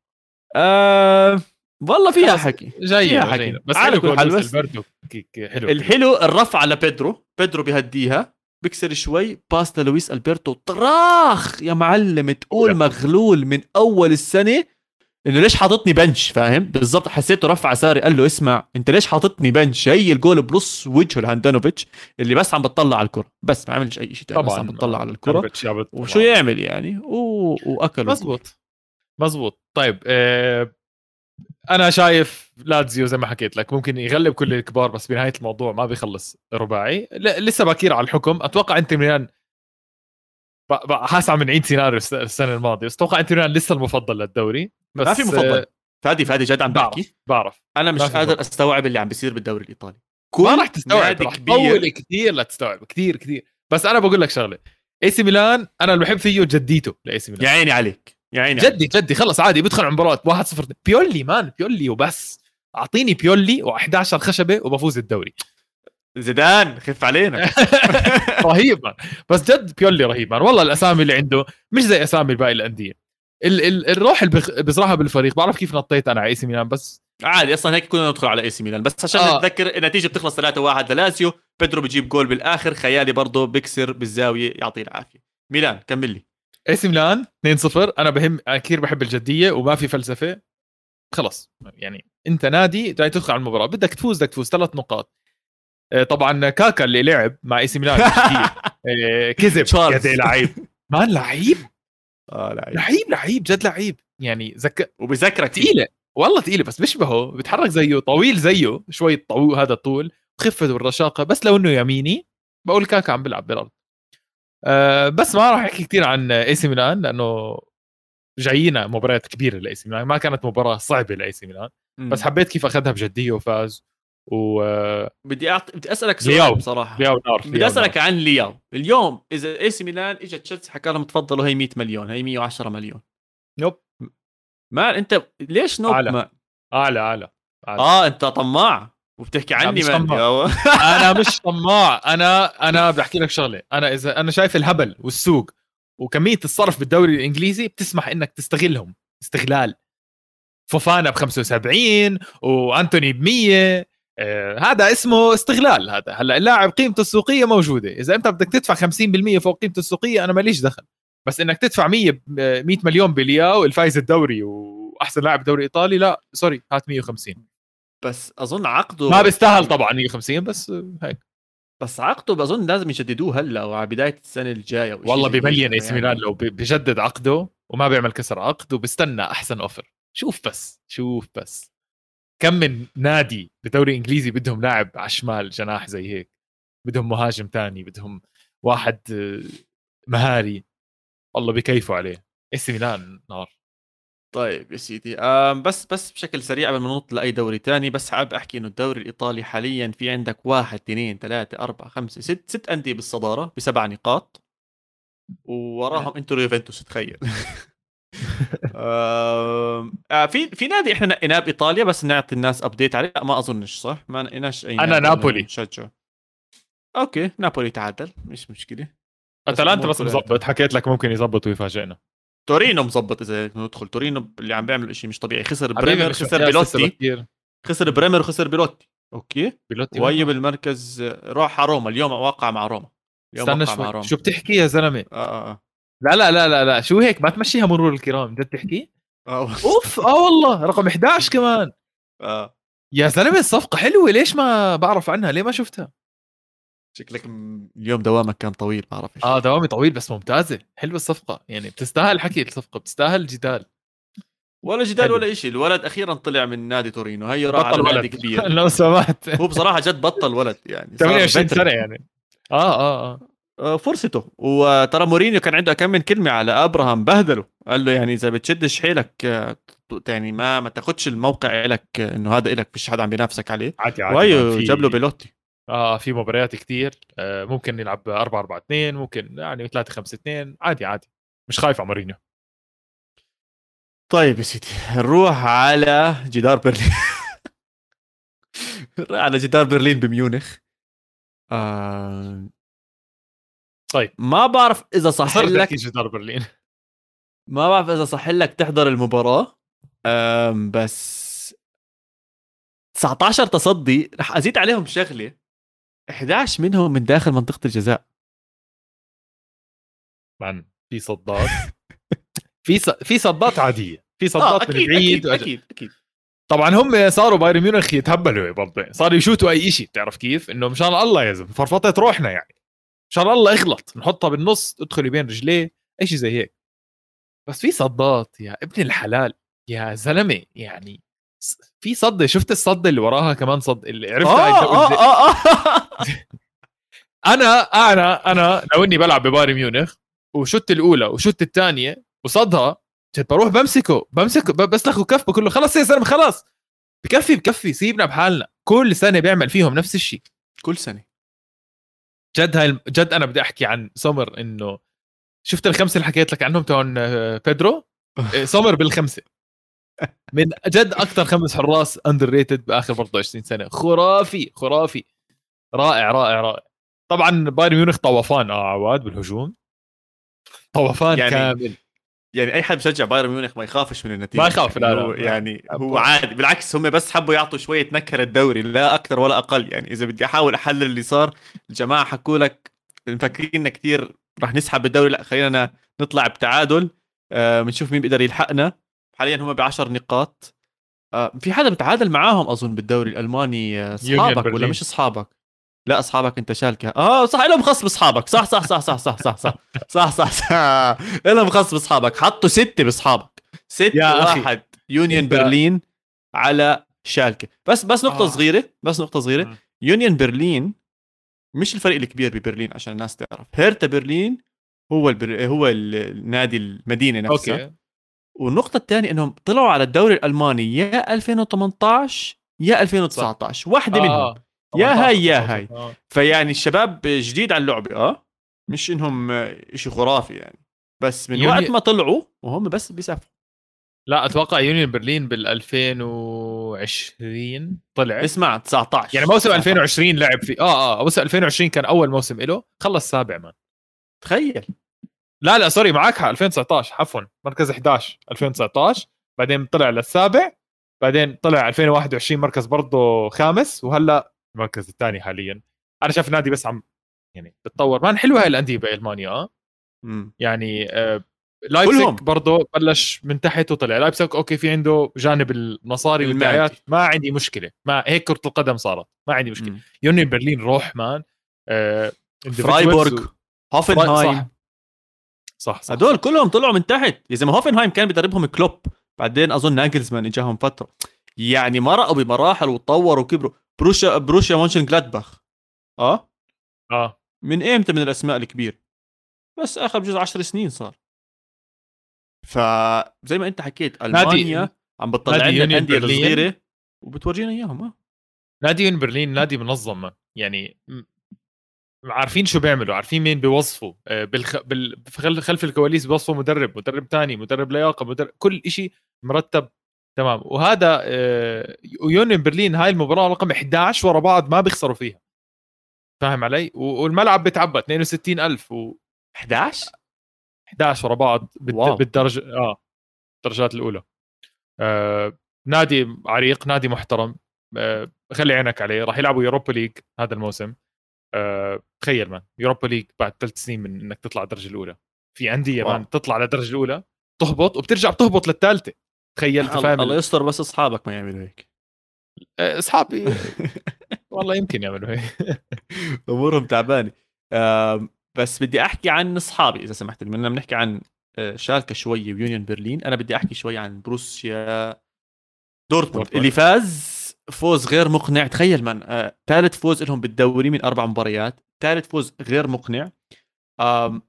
آه والله فيها خلص حكي، جاي فيها حكي جاي بس على حلو كل جول حال. لويس بس البرتو حلو حلو. الحلو الرفع على بيدرو، بيدرو بيهديها بكسر شوي، باس لويس البرتو طراخ يا معلم، تقول مغلول من اول السنه انه ليش حاططني بنش. فاهم بالضبط، حسيته رفع ساري قال له اسمع انت ليش حاططني بنش. هي الجول بنص وجهه لهاندانوفيتش اللي بس عم بتطلع على الكره، بس ما عملش اي شيء ثاني، بس عم طبعا بتطلع على الكره. هاندانوفيتش جابت وشو طبعا. يعمل يعني و... واكلوا الجول. مزبوط مزبوط. طيب آه انا شايف لاتزيو زي ما حكيت لك ممكن يغلب كل الكبار، بس بنهايه الموضوع ما بيخلص رباعي. لسه باكير على الحكم. اتوقع انت ميلان حاسس عم نعيد سيناريو السنه الماضيه، بس اتوقع انت ميلان لسه المفضل للدوري. بس ما في مفضل. فادي فادي جد عم بعرف بحكي، بعرف انا ما مش في قادر مفضل. استوعب اللي عم بيصير بالدوري الايطالي. ما كل راح تستوعب، نادي راح تطول كبير. كثير لتستوعب، كثير كثير. بس انا بقول لك شغله، اي سي ميلان انا اللي بحب فيه جديته لاي سي ميلان. يا عيني عليك يا عيني جدي عليك. جدي خلص عادي بيدخل على مباراه واحد صفر بيولي مان بيولي وبس. اعطيني بيولي و11 خشبه وبفوز الدوري. زيدان خف علينا. رهيب مان. بس جد بيولي رهيب مان والله. الاسامي اللي عنده مش زي اسامي باقي الانديه. ال ال الروح اللي بزرعها بالفريق. بعرف كيف نطيت انا على اي سي ميلان بس عادي اصلا هيك كنا ندخل على اي سي ميلان، بس عشان آه. نتذكر النتيجه بتخلص ثلاثة واحد للازيو. بيدرو بيجيب جول بالاخر خيالي برضه، بكسر بالزاويه، يعطيه العافيه. ميلان كمل لي. اي سي ميلان اثنين صفر. انا بهم كثير بحب الجديه وما في فلسفه. خلص يعني انت نادي جاي تدخل على المباراه بدك تفوز بدك تفوز ثلاث نقاط. طبعا كاكا اللي لعب مع اي سي ميلان كذب تشارلز. قد لعيب مان لعيب اه لعيب لعيب لعيب جد لعيب يعني. ذك وبذكرك ثقيله والله ثقيله، بس بيشبهه بيتحرك زيه، طويل زيه شوي طويل هذا الطول، خفته والرشاقه. بس لو انه يميني بقول كاكا عم بيلعب بالارض. أه بس ما راح احكي كثير عن اي سي ميلان لانه جايينا مباريات كبيره لاي سي ميلان. ما كانت مباراه صعبه لاي سي ميلان، بس حبيت كيف اخذها بجديه وفاز. و بدي أعط... بدي اسالك سؤال لياو بصراحه. لياو نار بدي لياو اسالك نار. عن لياو اليوم. اذا اي سي ميلان اجى تشيلسي حكى لهم تفضلوا هي مية مليون، هي مية وعشرة مليون. نوب ما انت ليش نوب اعلى ما... اعلى اعلى, أعلى. اه انت طماع وبتحكي عني مان. انا مش طماع. انا انا بدي احكي لك شغله. انا اذا انا شايف الهبل والسوق وكميه الصرف بالدوري الانجليزي بتسمح انك تستغلهم استغلال. فوفانا ب خمسة وسبعين وانتوني ب مية. آه هذا اسمه استغلال. هذا هلا اللاعب قيمته السوقيه موجوده. اذا انت بدك تدفع خمسين بالمية فوق قيمته السوقيه انا ماليش دخل. بس انك تدفع مية مية مليون بلياو الفايز الدوري واحسن لاعب دوري ايطالي، لا سوري هات مية وخمسين. بس اظن عقده ما بيستاهل طبعا مية وخمسين بس هيك. بس عقده بظن لازم يجددوه هلا وعلى بدايه السنه الجايه. والله ببين اي سي يعني ميلان لو بجدد عقده وما بيعمل كسر عقد وبستنى احسن اوفر. شوف بس شوف بس كم من نادي بدوري انجليزي بدهم لاعب على الشمال جناح زي هيك، بدهم مهاجم تاني، بدهم واحد مهاري، والله بكيفوا عليه. اي سي ميلان نار. طيب يا سيدي، آم بس بس بشكل سريع قبل ما ننط لاي دوري تاني، بس حابب احكي انه الدوري الايطالي حاليا في عندك واحد اثنين ثلاثة أربعة خمسة ست ست أندية بالصدارة بسبع نقاط، ووراهم انتر يوفنتوس تخيل. آم، آه في في نادي احنا نقيناه بايطاليا، بس نعطي الناس ابديت عليه. لا ما اظنش صح، ما نقيناش اي انا نادي انه نابولي. نشجعه. اوكي نابولي تعادل مش مشكله، بس اتلانتا الامور بس كلها مظبط، تمام. حكيت لك ممكن يظبط ويفاجئنا. تورينو مظبط، اذا بدنا ندخل تورينو اللي عم بيعمل شيء مش طبيعي، خسر حبيبي بريمر مش خسر محتاج لسه بيلوتي، بكير. خسر بريمر وخسر بيلوتي. اوكي، بيلوتي وين وهي راح؟ بالمركز راح على روما اليوم، وقع مع روما اليوم، استنى وقع مع شوي، روما. شو بتحكي يا زلمه؟ اه اه اه, لا لا لا لا لا، شو هيك؟ ما تمشيها مرور الكرام، جد تحكي؟ آه. اوف اه والله رقم إحدى عشر كمان. آه. يا زلمه الصفقه حلوه، ليش ما بعرف عنها؟ ليه ما شفتها؟ شكلك م- اليوم دوامك كان طويل، ما بعرف اه ايش. دوامي طويل بس ممتازه، حلوه الصفقه يعني، بتستاهل حكي الصفقه، بتستاهل جدال. ولا جدال حلو، ولا شيء، الولد اخيرا طلع من نادي تورينو، هي راح بطل على نادي ولد كبير. لو سمحت. هو بصراحه جد بطل ولد، يعني صار ثمانية وعشرين فترن. سنه يعني. اه اه اه آه، فرصته. وترى مورينيو كان عنده كم من كلمه على ابراهام، بهدله، قال له يعني اذا بتشدش حيلك آه، ت- يعني ما ما تاخدش الموقع لك، انه هذا لك، فيش حدا عم بينافسك عليه. عادي عادي مان، وهي جاب له في بيلوتي. اه في مباريات كتير، آه ممكن نلعب أربعة أربعة اثنين، ممكن يعني ثلاثة خمسة اثنين، عادي عادي، مش خايف على مورينيو. طيب يا سيدي، نروح على جدار برلين. نروح على جدار برلين بميونخ. آه طيب ما بعرف اذا صح صرت احكي لك، جدار برلين. ما بعرف اذا صح لك تحضر المباراة. آم بس تسعة عشر تصدي، رح ازيد عليهم شغلة، إحدى عشر منهم من داخل منطقة الجزاء. مان في صدات، في ص... في صدات عاديه، في اه صدات من اكيد بعيد اكيد وأج... اكيد اكيد. طبعا هم صاروا بايرن ميونخ يتهبلوا برضه، صاروا يشوتوا اي شيء، بتعرف كيف انه مشان الله يا زلمه فرفطت روحنا يعني، مشان الله اغلط نحطها بالنص تدخل بين رجليه، اي شيء زي هيك. بس في صدات يا ابن الحلال يا زلمه يعني، ص- في صدة، شفت الصدة اللي وراها كمان صد اللي عرفتها هاي اه اه الدوري. اه اه. انا انا انا لو اني بلعب ببايرن ميونخ وشوت الاولى وشوت الثانيه وصدها، كنت بروح بمسكه بمسكه ب- بسلخه كف، بقول له خلص يا زلمه خلاص، بكفي بكفي سيبنا بحالنا. كل سنه بيعمل فيهم نفس الشيء. كل سنة. جد هاي الم- جد انا بدي احكي عن سومر، انه شفت الخمسه اللي حكيت لك عنهم تون آه، بيدرو، آه، سومر بالخمسه، من جد اكثر خمس حراس اندر ريتد باخر برضه عشرين سنه، خرافي خرافي، رائع رائع رائع. طبعا بايرن ميونخ طوفان اه عواد بالهجوم، طوفان يعني كامل. يعني اي حد بشجع بايرن ميونخ ما يخافش من ما النتيجة، يخاف، يعني لا هو لا يعني هو عادي، بالعكس هم بس حبوا يعطوا شوية نكهة الدوري، لا اكثر ولا اقل. يعني اذا بدي احاول احلل اللي صار، الجماعة حكوا لك مفكرين كثير راح نسحب بالدوري، لا خلينا نطلع بتعادل، آه بنشوف مين بيقدر يلحقنا. حاليا هم بعشر نقاط. آه في حدا بتعادل معاهم اظن بالدوري الالماني، آه، يونيون اصحابك ولا برلين. مش اصحابك؟ لا اصحابك انت شالكه، اه صح لهم خصم اصحابك، صح صح صح صح صح صح صح صح صح صح لهم خصم اصحابك، حطوا ستة باصحابك، ستة يا اخي واحد يونيون انت برلين على شالكه. بس بس نقطة اه صغيرة، بس نقطة صغيرة، مم. يونيون برلين مش الفريق الكبير ببرلين، عشان الناس تعرف هيرتا برلين هو البر... هو النادي المدينة نفسها. اوكي والنقطة الثانية انهم طلعوا على الدوري الالماني يا ألفين وثمانية عشر يا صح ألفين وتسعة عشر، واحدة اه منهم، اه يا ثمانية عشر هاي يا تسعة عشر هاي. اه. فيعني الشباب جديد على اللعبة، اه مش انهم آه، اشي خرافي يعني، بس من وقت يوني ما طلعوا وهم بس بيسافروا. لا اتوقع يونيون برلين بال ألفين وعشرين طلعت، اسمع يعني تسعة عشر موسم تسعة عشر، ألفين وعشرين لعب في اه اه موسم ألفين وعشرين كان اول موسم له، خلص سابع مان. تخيل. لا لا سوري معك حق، ألفين وتسعة عشر عفوا، مركز إحدى عشر ألفين وتسعة عشر، بعدين طلع للسابع، بعدين طلع ألفين وواحد وعشرين مركز برضه خامس، وهلا المركز الثاني حاليا. انا شايف النادي بس عم يعني بتطور مان، حلوه هاي الانديه بالمانيا اه مم. يعني آه لايبسك كلهم برضه بلش من تحت وطلع، لايبسك اوكي في عنده جانب المصاري والدعايات، المادي. ما عندي مشكله، ما هيك كره القدم صارت ما عندي مشكله. مم. يونيون برلين روح مان، آه individuals فرايبورغ، و... فرا- صح هوفنهايم، صح صح هدول صح كلهم طلعوا من تحت. يا زلمه هوفنهايم كان بيدربهم كلوب، بعدين اظن ناجلزمان اجاهم فتره، يعني مرقوا بمراحل وتطوروا وكبروا. بروشيا بروشيا مونشن جلادباخ، اه اه من امتى من الاسماء الكبير، بس اخر بجوز عشر سنين صار. فزي ما انت حكيت نادي المانيا عم بتطلع نادي لنا يونيون الانديه برلين الصغيره وبتورجينا اياهم. اه نادي يونيون برلين نادي منظم يعني، م- عارفين شو بيعملوا، عارفين مين بيوظفوا، آه، بالخ... بال... خل- خلف الكواليس بيوظفوا مدرب مدرب تاني مدرب لياقه مدرب كل إشي مرتب تمام. وهذا آه، يونيون برلين هاي المباراه رقم إحدى عشر ورا بعض ما بيخسروا فيها، فاهم علي؟ و- والملعب بتعبى اثنين وستين ألف و احد عشر إحدى عشر ورا بعض بالد... واو. بالدرجه اه الدرجات الاولى. آه، نادي عريق، نادي محترم، آه، خلي عينك عليه. راح يلعبوا يوروبا ليج هذا الموسم. أه تخيل مان، يوروبا ليج بعد ثلاث سنين من انك تطلع الدرجه الاولى. في انديه واو. مان تطلع للدرجه الاولى تهبط وبترجع بتهبط للثالثه. تخيل، الله تفهم الله ال- يستر، بس اصحابك ما يعملوا هيك. آه، اصحابي والله يمكن يعملوا هيك. امورهم تعبانه. آم، بس بدي احكي عن اصحابي اذا سمحت لي، بدنا بنحكي عن آه، شالكه شويه ويونيون برلين. انا بدي احكي شوي عن بروسيا دورتموند اللي دورتموند فاز فوز غير مقنع. تخيل من آه، ثالث فوز لهم بالدوري من اربع مباريات، ثالث فوز غير مقنع. آم،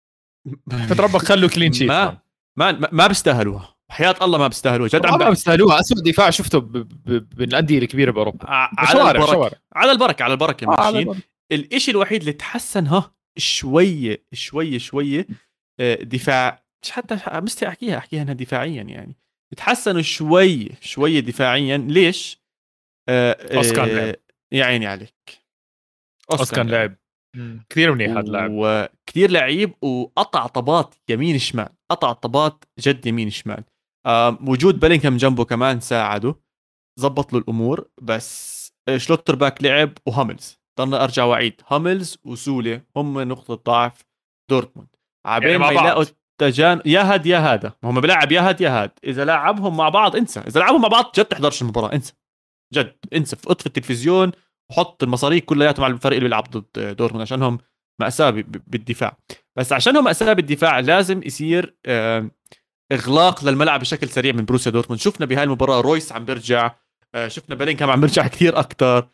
فتربك خلوا كلين شيت مان. ما ما ما ما بيستاهلوها، حياة الله ما بيستاهلوها جد. عم ما بحكي بيستاهلوها، اسوء دفاع شفته ب- ب- بالانديه الكبيره باوروبا. ع- على شوارع البركه شوارع على البركه على البركه اه على ماشيين. البر. الاشي الوحيد اللي تحسن ها شويه شويه شويه آه، دفاع، مش حتى مستحي احكيها احكيها انها دفاعيا يعني. تحسنوا شوي شويه دفاعيا. ليش؟ آه، اوسكان لعب آه، يا عيني عليك. اوسكان لعب. لعب مم. كثير منيح هذا اللاعب. وكثير لعيب، وقطع طبات يمين شمال، قطع طبات جد يمين شمال. آه، وجود بلينغهام جنبه كمان ساعده، زبط له الامور. بس شلوتر باك لعب وهاملز، ضلنا ارجع واعيد هاملز وسولة هم نقطه ضعف دورتموند. عبين يعني مع ما بعض. يلاقوا تجان يا هاد يا هذا، ما هم بلاعب يا هاد يا هاد. اذا لعبهم مع بعض انسى، اذا لعبهم مع بعض جد تحضرش المباراه، انسى جد انسى. اطفي التلفزيون وحط المصاريف كلياتهم على الفريق اللي بيلعب ضد دورتموند، عشانهم مأساة ب- ب- بالدفاع. بس عشانهم مأساة بالدفاع لازم يصير آه، اغلاق للملعب بشكل سريع من بروسيا دورتموند. شفنا بهاي المباراه رويس عم بيرجع، آه، شفنا بلينغهام عم بيرجع كثير اكثر.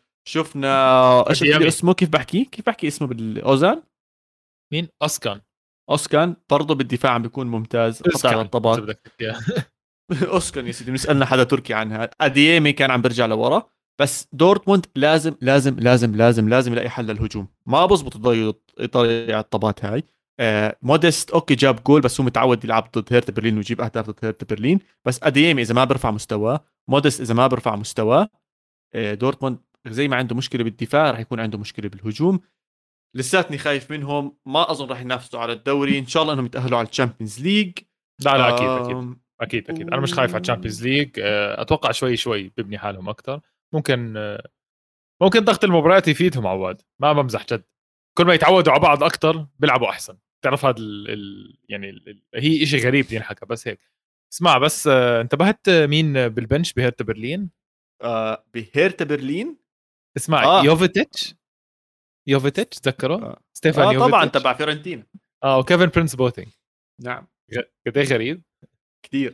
شفنا ايش قلت لي اسمه، كيف بحكي كيف بحكي اسمه بالاوزان؟ مين؟ اوسكان اوسكان برضه بالدفاع عم بيكون ممتاز، قطع اوسكان اذا الطبات. بدك تحكيها. اوسكان يا سيدي، بنسالنا حدا تركي عنها. اديمي كان عم بيرجع لورا. بس دورتموند لازم لازم لازم لازم لازم يلاقي حل للهجوم. ما بزبط يضيع يضيع الطبات هاي. آه موديست اوكي جاب جول، بس هو متعود يلعب ضد هيرتا برلين ويجيب اهداف ضد هيرتا برلين. بس اديمي اذا ما بيرفع مستواه، موديست اذا ما بيرفع مستواه، آه دورتموند زي ما عنده مشكله بالدفاع راح يكون عنده مشكله بالهجوم. لساتني خايف منهم، ما اظن راح ينافسوا على الدوري. ان شاء الله انهم يتاهلوا على الشامبيونز ليج. لا لا اكيد اكيد آم، اكيد اكيد انا مش خايف على الشامبيونز ليج. اتوقع شوي شوي ببني حالهم اكثر. ممكن آه، ممكن ضغط المباريات يفيدهم عواد، ما بمزح جد. كل ما يتعودوا على بعض اكثر بيلعبوا احسن. تعرف هذا ال... ال... يعني ال... هي شيء غريب ينحكى بس هيك. اسمع بس، آه، انتبهت مين بالبنش بهيرتا برلين؟ آه بهيرتا برلين. اسمع آه. يوفيتيتش يوفيتيتش تذكره؟ آه. ستيفان اه يوفيتيتش طبعا تبع فيورنتينا. اه وكيفن برينس بوتينج. نعم قد ايه غريب. كثير.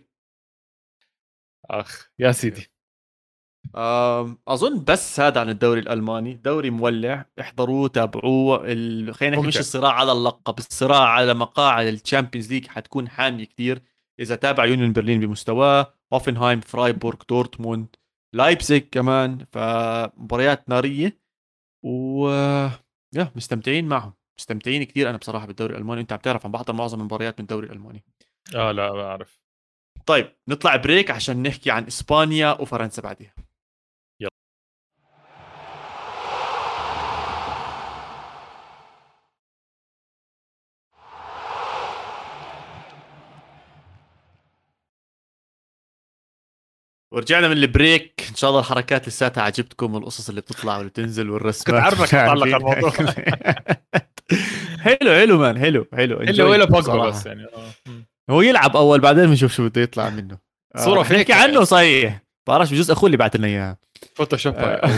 اخ يا سيدي. آم، اظن بس هذا عن الدوري الالماني. دوري مولع، احضروه تابعوه. ال... خلينا نحكي مش ممتع. الصراع على اللقب، الصراع على مقاعد الشامبيونز ليج حتكون حاميه كثير اذا تابع يونيون برلين بمستواه، هوفنهايم، فرايبورغ، دورتموند، لايبزيج كمان. فمباريات ناريه و يا مستمتعين معهم، مستمتعين كثير. انا بصراحه بالدوري الالماني، انت عم تعرف عم بحضر معظم المباريات من الدوري الالماني. اه لا بعرف. طيب نطلع بريك عشان نحكي عن اسبانيا وفرنسا بعدها. يلا. ورجعنا من البريك. ان شاء الله الحركات لساتها عجبتكم، والقصص اللي بتطلع واللي بتنزل والرسمات. كنت عارفك تتعلق على الموضوع. حلو حلو مان، حلو حلو الا ولا enjoy بوجبا بصراحة. بس يعني اه مم. هو يلعب اول بعدين بنشوف شو بده يطلع منه. آه، صورة رح فيك نحكي عنه صحيح، بعرفش بجوز اخوه اللي بعت لنا اياها. فوتوشوب. آه.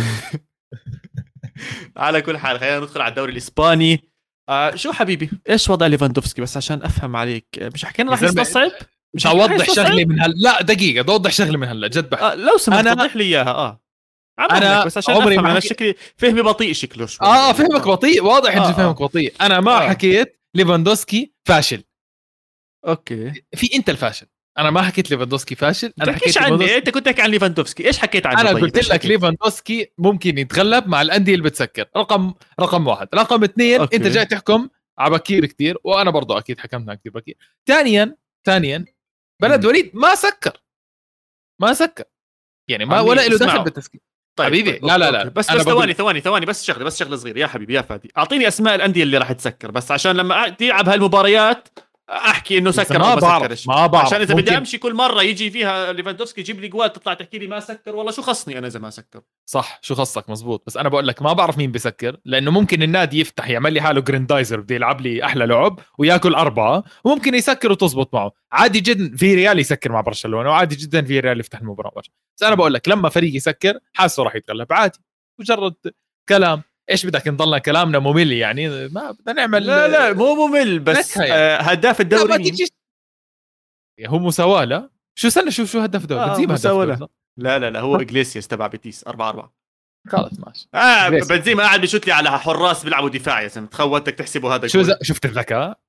على كل حال خلينا ندخل على الدوري الاسباني. آه شو حبيبي، ايش وضع ليفاندوفسكي بس عشان افهم عليك؟ مش حكينا رح يا زلمة، يستصعب؟ مش اوضح شغله من هلا. لا دقيقه بدي اوضح شغله من هلا جد بحكي. آه لو سمحت أنا- وضح لي اياها. اه عم أنا أنا بس عشان عمري افهم. ما انا حكي- شكلي فهمي بطيء شكله شوي. اه فهمك بطيء، واضح آه، انه آه. فهمك بطيء. انا ما آه. حكيت ليفاندوسكي فاشل. اوكي في انت الفاشل. انا ما حكيت ليفاندوسكي فاشل، انا حكيت عني. انت كنت تحكي عن ليفاندوفسكي، ايش حكيت عنه؟ انا طيب قلت لك ليفاندوسكي ممكن يتغلب مع الانديه اللي بتسكر. رقم رقم واحد. رقم اثنين أوكي. انت جاي تحكم على بكير كتير، وانا برضو اكيد حكمنا كتير بكير. ثانيا ثانيا بلد وليد ما سكر ما سكر يعني ما ولا له دخل بالتسكير. طيب حبيبي طيب. لا لا لا بس بس ثواني ثواني ثواني بس شغله بس شغله صغيره يا حبيبي يا فادي، اعطيني اسماء الانديه اللي راح تسكر بس عشان لما تلعب هالمباريات احكي انه سكر ما, ما سكرش. ما بعرف عشان اذا بدي امشي كل مره يجي فيها ليفاندوفسكي يجيب لي جوال تطلع تحكي لي ما سكر، والله شو خصني انا اذا ما سكر. صح شو خصك مزبوط، بس انا بقول لك ما بعرف مين بيسكر، لانه ممكن النادي يفتح يعمل لي حاله جريندايزر بده يلعب لي احلى لعب وياكل اربعه، وممكن يسكر وتزبط معه عادي جدا. في ريال يسكر مع برشلونه وعادي جدا في ريال يفتح المباراه. بس انا بقول لك لما فريق يسكر حاسه راح يتغلب عادي، مجرد كلام. ايش بدك نضلنا كلامنا ممل يعني؟ ما بدنا نعمل. لا لا مو ممل بس يعني. آه هداف الدوري مين؟ هو مساواة. لا شو سنة شو شو هدف الدوري؟ آه بنزيما هدف الدوري. لا لا لا هو إغليسياس تبع بيتيس أربعة أربعة. خلص ماشي. اه بنزيما قاعد بيشوت لي على حراس بيلعبوا دفاع يا زلمه، تخوتك تحسبوا هذا شو ز... شفت الذكاء.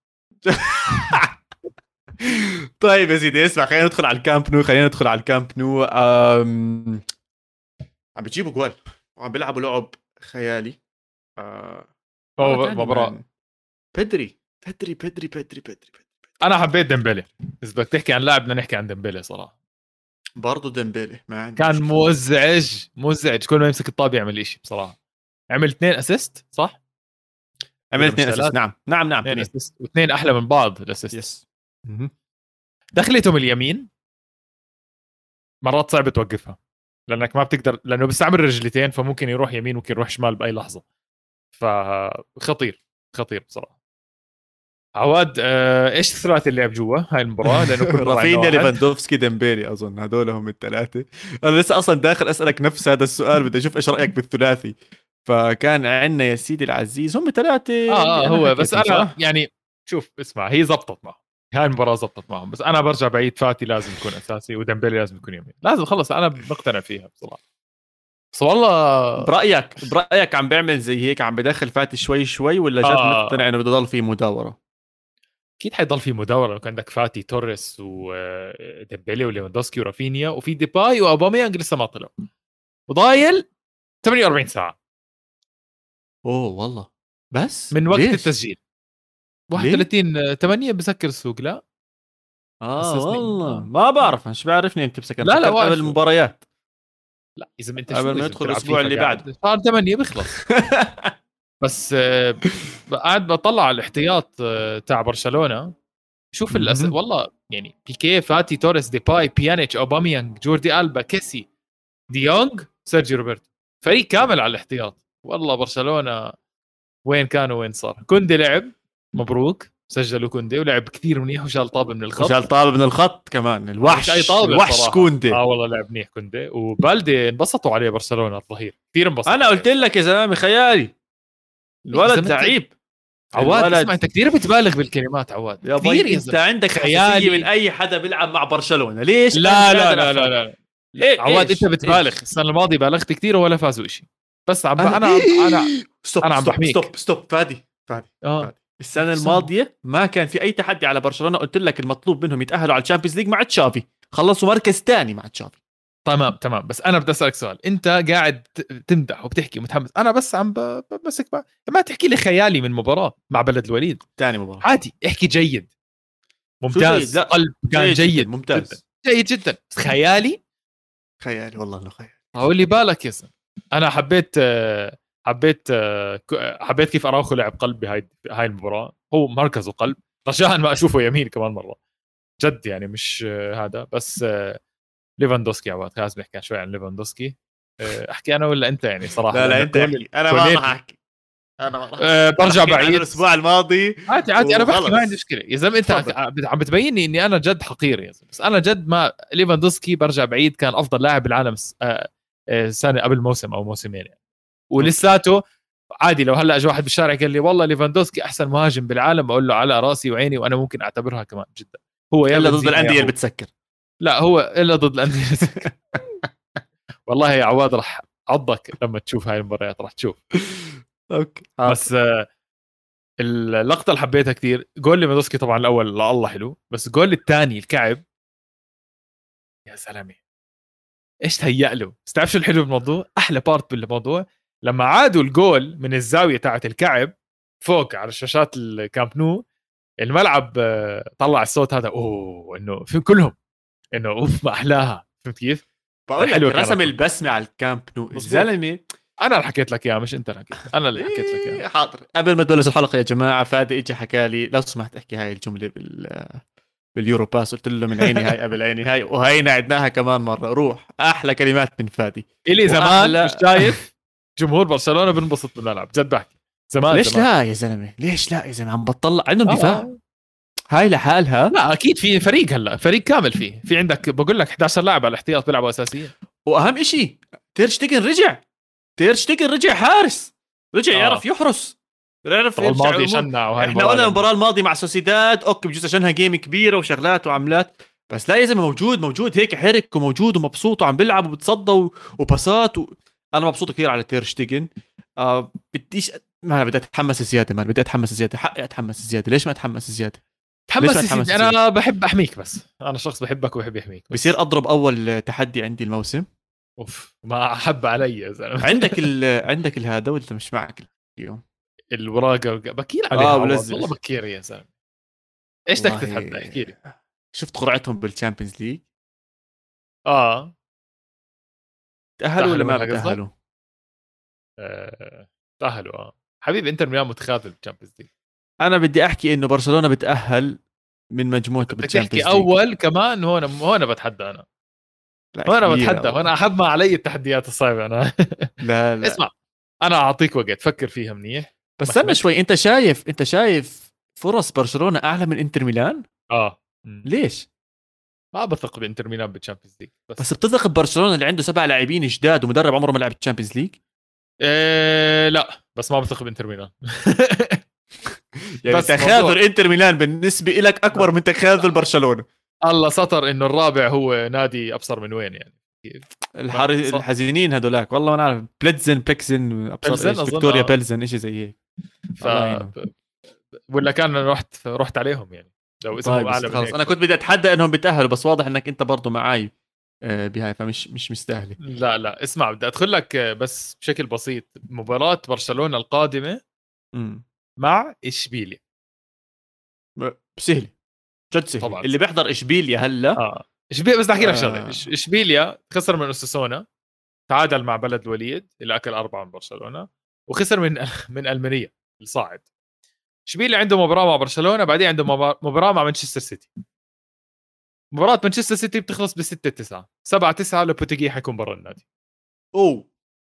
طيب يا سيدي اسمع، خلينا ندخل على الكامب نو خلينا ندخل على الكامب نو أم... عم بيجيبوا جوال وعم بيلعبوا لعب خيالي. آه... مباراة بدري بدري بدري بدري بدري انا حبيت ديمبلي. اذا بدك تحكي عن لاعب بدنا نحكي عن ديمبلي صراحه. برضه ديمبلي ما عندي كان مزعج مزعج كل ما يمسك الطابه يعمل إشي بصراحه. عمل اثنين اسيست صح؟ عمل اثنين اسيست نعم نعم نعم اثنين اسيست واثنين احلى من بعض الاسيست. يس. دخلتهم اليمين مرات صعب توقفها لانك ما بتقدر، لانه بيستعمل رجلتين فممكن يروح يمين ممكن يروح شمال باي لحظه. فخطير خطير بصراحه. عواد آه، ايش الثلاثي اللي لعب جوا هاي المباراه؟ لانه كل رافينيا ليفاندوفسكي ديمبيلي اظن هذول هم الثلاثه. انا لسه اصلا داخل اسالك نفس هذا السؤال، بدي اشوف ايش رايك بالثلاثي. فكان عندنا يا سيدي العزيز هم ثلاثه. اه, آه هو بس انا صح؟ يعني شوف اسمع هي زبطت معهم هاي المباراه زبطت معهم، بس انا برجع بعيد فاتي لازم يكون اساسي وديمبيلي لازم يكون يمين، لازم خلص انا مقتنع فيها بصراحه. بس والله برايك برايك عم بيعمل زي هيك عم بدخل فاتي شوي شوي ولا جد آه. مقتنع انه بده يضل في مداوره؟ اكيد حيضل في مداوره لو كان عندك فاتي توريس وديمبلي وليفاندوسكي ورافينيا وفي ديباي واوباميانج لسه ما طلعوا وضايل ثمانية وأربعين ساعه. اوه والله بس من وقت ليش؟ التسجيل واحد وثلاثين ثمانية بسكر السوق. لا اه والله ما بعرف مش بعرفني انت بسكر. لا لا قبل المباريات. لا اذا انت قبل ما ندخل الاسبوع اللي بعده صار ثمانية بيخلص. بس قاعد بطلع على الاحتياط تاع برشلونه شوف الأس... والله يعني بيكي فاتي توريس ديباي بيانيتش اوباميانج جوردي ألبا كيسي ديونغ سيرجي روبرتو، فريق كامل على الاحتياط. والله برشلونه وين كانوا وين صار. كوندي لعب مبروك سجلوا كوندي ولعب كثير منيح وشال طابه من الخط وشال طابه من الخط كمان الوحش اي طابه الوحش صراحة. كوندي اه والله لعب منيح كوندي وبالدي انبسطوا عليه برشلونه الظهير كثير انبسطوا. انا قلت لك يا زلمه خيالي الولد لعيب. عواد اسمع انت كثير بتبالغ بالكلمات عواد يا كثير. انت عندك خيالي من اي حدا بيلعب مع برشلونه ليش؟ لا لا لا لا لا, لا. عواد انت بتبالغ. السنه الماضيه بالغت كثير ولا فازوا شيء. بس عم انا انا انا, ستوب أنا عم بحميك. ستوب ستوب فادي فادي, آه. فادي. السنه الماضيه ما كان في اي تحدي على برشلونه. قلت لك المطلوب منهم يتاهلوا على الشامبيونز ليج مع تشافي، خلصوا مركز ثاني مع تشافي. تمام تمام. بس انا بدي اسالك سؤال، انت قاعد تمدح وبتحكي متحمس، انا بس عم بمسك بقى. ما تحكي لي خيالي من مباراه مع بلد الوليد ثاني مباراه عادي احكي جيد ممتاز جيد؟ قلب كان جيد, جيد. جدا. ممتاز جدا. جيد جدا. خيالي خيالي والله انه خيالي. اقول لي بالك يا زلمه. انا حبيت حبيت حبيت كيف اراوخو لعب قلب بهاي هاي المباراه. هو مركزه قلب رجاء ما اشوفه يمين كمان مره جد يعني مش هذا. بس ليفاندوسكي عواد لازم نحكي شوي عن ليفاندوسكي. احكي انا ولا انت يعني صراحه؟ لا لا انت احكي. انا ما راح احكي. انا ما راح أه برجع بعيد. الاسبوع الماضي عادي عادي انا بحكي ما عندي مشكله يا زلمه. انت عم بتبيني اني انا جد حقير يا زلمه. بس انا جد ما ليفاندوسكي برجع بعيد كان افضل لاعب بالعالم سنه قبل موسم او موسمين يعني. ولساته عادي. لو هلا اجى واحد بالشارع قال لي والله ليفاندوسكي احسن مهاجم بالعالم اقول له على راسي وعيني وانا ممكن اعتبرها كمان جدا. هو الا ضد الانديه اللي بتسكر. لا هو الا ضد الانديه والله يا عواد راح عضك لما تشوف هاي المباريات راح تشوف. اوكي بس اللقطه اللي حبيتها كثير جول ليفاندوفسكي طبعا الاول لا الله حلو، بس الجول الثاني الكعب يا سلامي ايش تهيأ له. تعرف شو الحلو بالموضوع؟ احلى بارت بالموضوع لما عادوا الجول من الزاويه تاعت الكعب فوق على شاشات الكامب نو، الملعب طلع الصوت هذا اوه انه في كلهم انه اوف ما احلاها. فهمت كيف؟ بقول لك رسم البسمه على الكامب نو الزلمه. انا اللي حكيت لك اياها مش انت اللي حكيت، انا اللي حكيت لك اياها. حاضر. قبل ما تبلش الحلقه يا جماعه فادي اجى حكى لي لو سمحت احكي هاي الجمله بال باليورو باس، قلت له من عيني هاي قبل عيني هاي، وهينا عدناها كمان مره. روح احلى كلمات من فادي الي زمان مش شايف جمهور برشلونه بنبسط بالملعب جد بحكي زمان. ليش زمان. لا يا زلمه ليش لا يا زلمه عم بطلع عندهم دفاع آه. هاي لحالها. لا اكيد في فريق هلا فريق كامل فيه في عندك بقول لك إحدى عشر لاعب على الاحتياط بيلعبوا اساسيين. واهم إشي تير شتيجن رجع تير شتيجن رجع حارس رجع آه. يعرف يحرس يعرف الماضي شنع. وهاي احنا قلنا المباراه الماضيه مع سوسيداد اوكي بجوز عشانها جيم كبيره وشغلات وعملات، بس لا يا زلمه موجود موجود هيك حرك وموجود ومبسوط وعم بيلعب وبتصدى وباسات و... انا مبسوط كثير على تير شتيجن. آه بديش ما بدي اتحمس زياده ما بدي اتحمس زياده حقي اتحمس زياده. ليش ما اتحمس زياده؟ تحمس انا بحب احميك بس انا شخص بحبك وبحب يحميك. بصير اضرب اول تحدي عندي الموسم. اوف ما احب علي يا زلمه. عندك ال... عندك الهذا ولا مش معك اليوم الوراقه بكير عليها. آه والله بكير يا زلمه. ايش بدك تتحدى احكي لي. شفت قرعتهم بالتشامبيونز ليج؟ اه تأهلوا ولا ما تأهلوا؟ آه... تأهلوا اه حبيبي. انتر ميلان متخاذل بالتشامبيونز ليج. انا بدي احكي انه برشلونه بتأهل من مجموعته بالتشامبيونز ليج. اول كمان هون هون بتحدى انا. هون بتحدى هون احب ما علي التحديات الصعبه انا. لا لا اسمع انا اعطيك وقت فكر فيها منيح. بس استنى شوي. انت شايف انت شايف فرص برشلونه اعلى من انتر ميلان؟ اه م. ليش؟ ما بثق بانتر ميلان بالتشامبيونز ليج. بس, بس بتثق ببرشلونه اللي عنده سبع لاعبين جداد ومدرب عمره ما لعب التشامبيونز ليج؟ إيه لا بس ما بثق بانتر ميلان. يعني بس تخاذل انتر ميلان بالنسبه لك اكبر من تخاذل برشلونه. الله ستر انه الرابع هو نادي ابصر من وين يعني. الحر... الحزينين هذولاك والله ما عارف. بلتزن بيكسن ابصر فيكتوريا بلزن شيء زي هيك. ف... ولا كان رحت رحت عليهم يعني لو اسمهم طيب اعلى خلص. انا كنت بدي اتحدى انهم بيتاهلوا بس واضح انك انت برضو معاي بهاي فمش مش مستاهله. لا لا اسمع بدي ادخل لك بس بشكل بسيط. مباراه برشلونه القادمه م. مع اشبيليا سهل جد سهل طبعا. اللي بيحضر اشبيليا هلا اه اشبيليا بس احكي لك شغله. آه. اشبيليا خسر من اوساسونا تعادل مع بلد الوليد اللي اكل اربعه من برشلونه وخسر من من المانيا الصاعد. اشبيليا عنده مباراه مع برشلونه بعدين عنده مباراه مع مانشستر سيتي. مباراه مانشستر سيتي بتخلص ب ستة تسعة سبعة تسعة لوبوتيجي حيكون برا النادي. اوه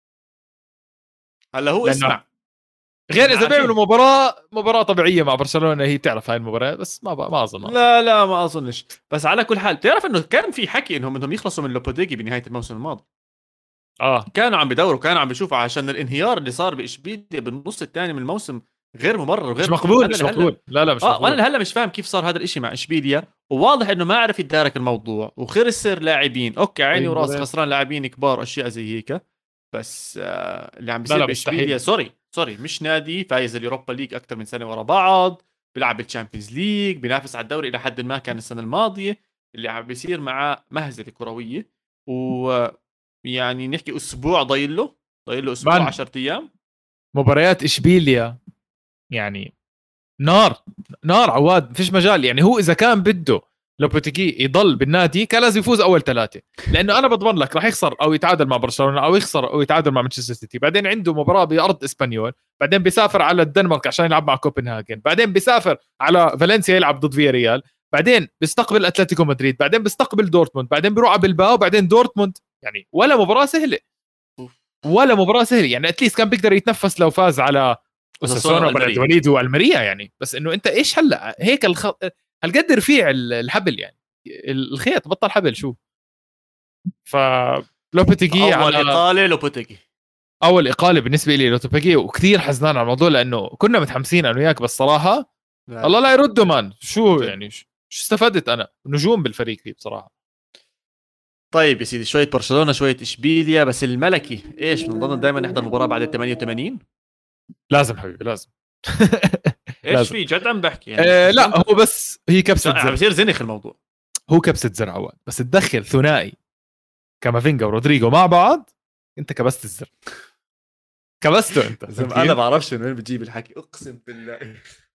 هلا هو اسمع غير اذا بيعملوا مباراه مباراه طبيعيه مع برشلونه هي بتعرف هاي المباراه بس ما ما اظن. لا لا ما اظنش. بس على كل حال بتعرف انه كان في حكي انهم بدهم يخلصوا من لوبوتيجي بنهايه الموسم الماضي. اه كانوا عم بدوروا كانوا عم بيشوفوا عشان الانهيار اللي صار باشبيليا بالنص الثاني من الموسم غير ممرر وغير مش مقبول مش مقبول. لا لا مش آه مقبول. انا هلا مش فاهم كيف صار هذا الاشي مع اشبيليا وواضح انه ما عرف يتدارك الموضوع وخسر لاعبين. اوكي عيني وراس خسران لاعبين كبار اشياء زي هيك بس آه اللي عم بيصير باشبيليا سوري سوري مش نادي فايز اليوروبا ليج اكثر من سنه ورا بعض بيلعب الشامبيونز ليج بينافس على الدوري الى حد ما كان السنه الماضيه. اللي عم بيصير مع مهزله كرويه ويعني نحكي اسبوع ضايل له ضايل له اسبوع عشرة ايام. مباريات اشبيليا يعني نار نار عواد فيش مجال. يعني هو اذا كان بده لوبوتيجي يضل بالنادي كان لازم يفوز اول ثلاثه لانه انا بضمن لك راح يخسر او يتعادل مع برشلونه او يخسر او يتعادل مع مانشستر سيتي. بعدين عنده مباراه بارض اسبانيول بعدين بيسافر على الدنمارك عشان يلعب مع كوبنهاجن بعدين بيسافر على فالنسيا يلعب ضد فياريال بعدين بيستقبل اتلتيكو مدريد بعدين بيستقبل دورتموند بعدين بيروح على بلباو بعدين دورتموند. يعني ولا مباراه سهله ولا مباراه سهله. يعني اتليست كان بيقدر يتنفس لو فاز على اوساسونا وبلد الوليد والماريا. يعني بس انه انت ايش هلا هيك الخ... هالقد رفيع الحبل يعني الخيط بطل حبل شو. ف لوبوتيجي اول على... اقاله لوبوتيجي اول اقاله بالنسبه لي لوبوتيجي وكثير حزنان على الموضوع لانه كنا متحمسين انا وياك بس صراحه لا. الله لا يردوا مان شو يعني شو استفدت انا نجوم بالفريق فيه بصراحه. طيب يا سيدي شويه برشلونه شويه اشبيليا بس الملكي ايش بنضل دائما نحضر مباراه بعد ال ثمانية وثمانين. لازم حبيبي لازم. ايش لازم. في جد عم بحكي يعني آه لا هو بس هي كبسه عم زر، بصير زنخ الموضوع. هو كبسه زر عواد، بس تدخل ثنائي كامافينجا ورودريجو مع بعض انت كبست الزر، كبسته انت. انا بعرفش من وين بتجيب الحكي اقسم بالله.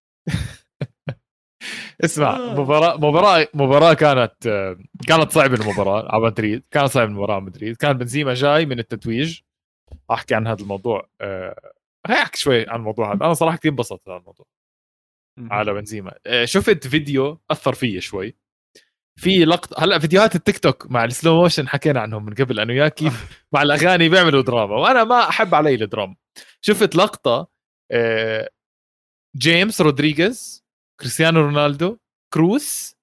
اسمع آه. مباراة مباراة مباراة كانت كانت صعبة المباراة على مدريد، كانت صعبة المباراة على مدريد. كان بنزيما جاي من التتويج، احكي عن هذا الموضوع أه... احكي شوي عن الموضوع هذا. انا صراحة كثير انبسطت على الموضوع على بنزيما. أه شفت فيديو اثر فيي شوي، في لقطة هلا فيديوهات التيك توك مع السلو موشن حكينا عنهم من قبل انه يا كيف مع الاغاني بيعملوا دراما، وانا ما احب علي الدراما. شفت لقطة أه... جيمس رودريغيز، كريستيانو رونالدو، كروس،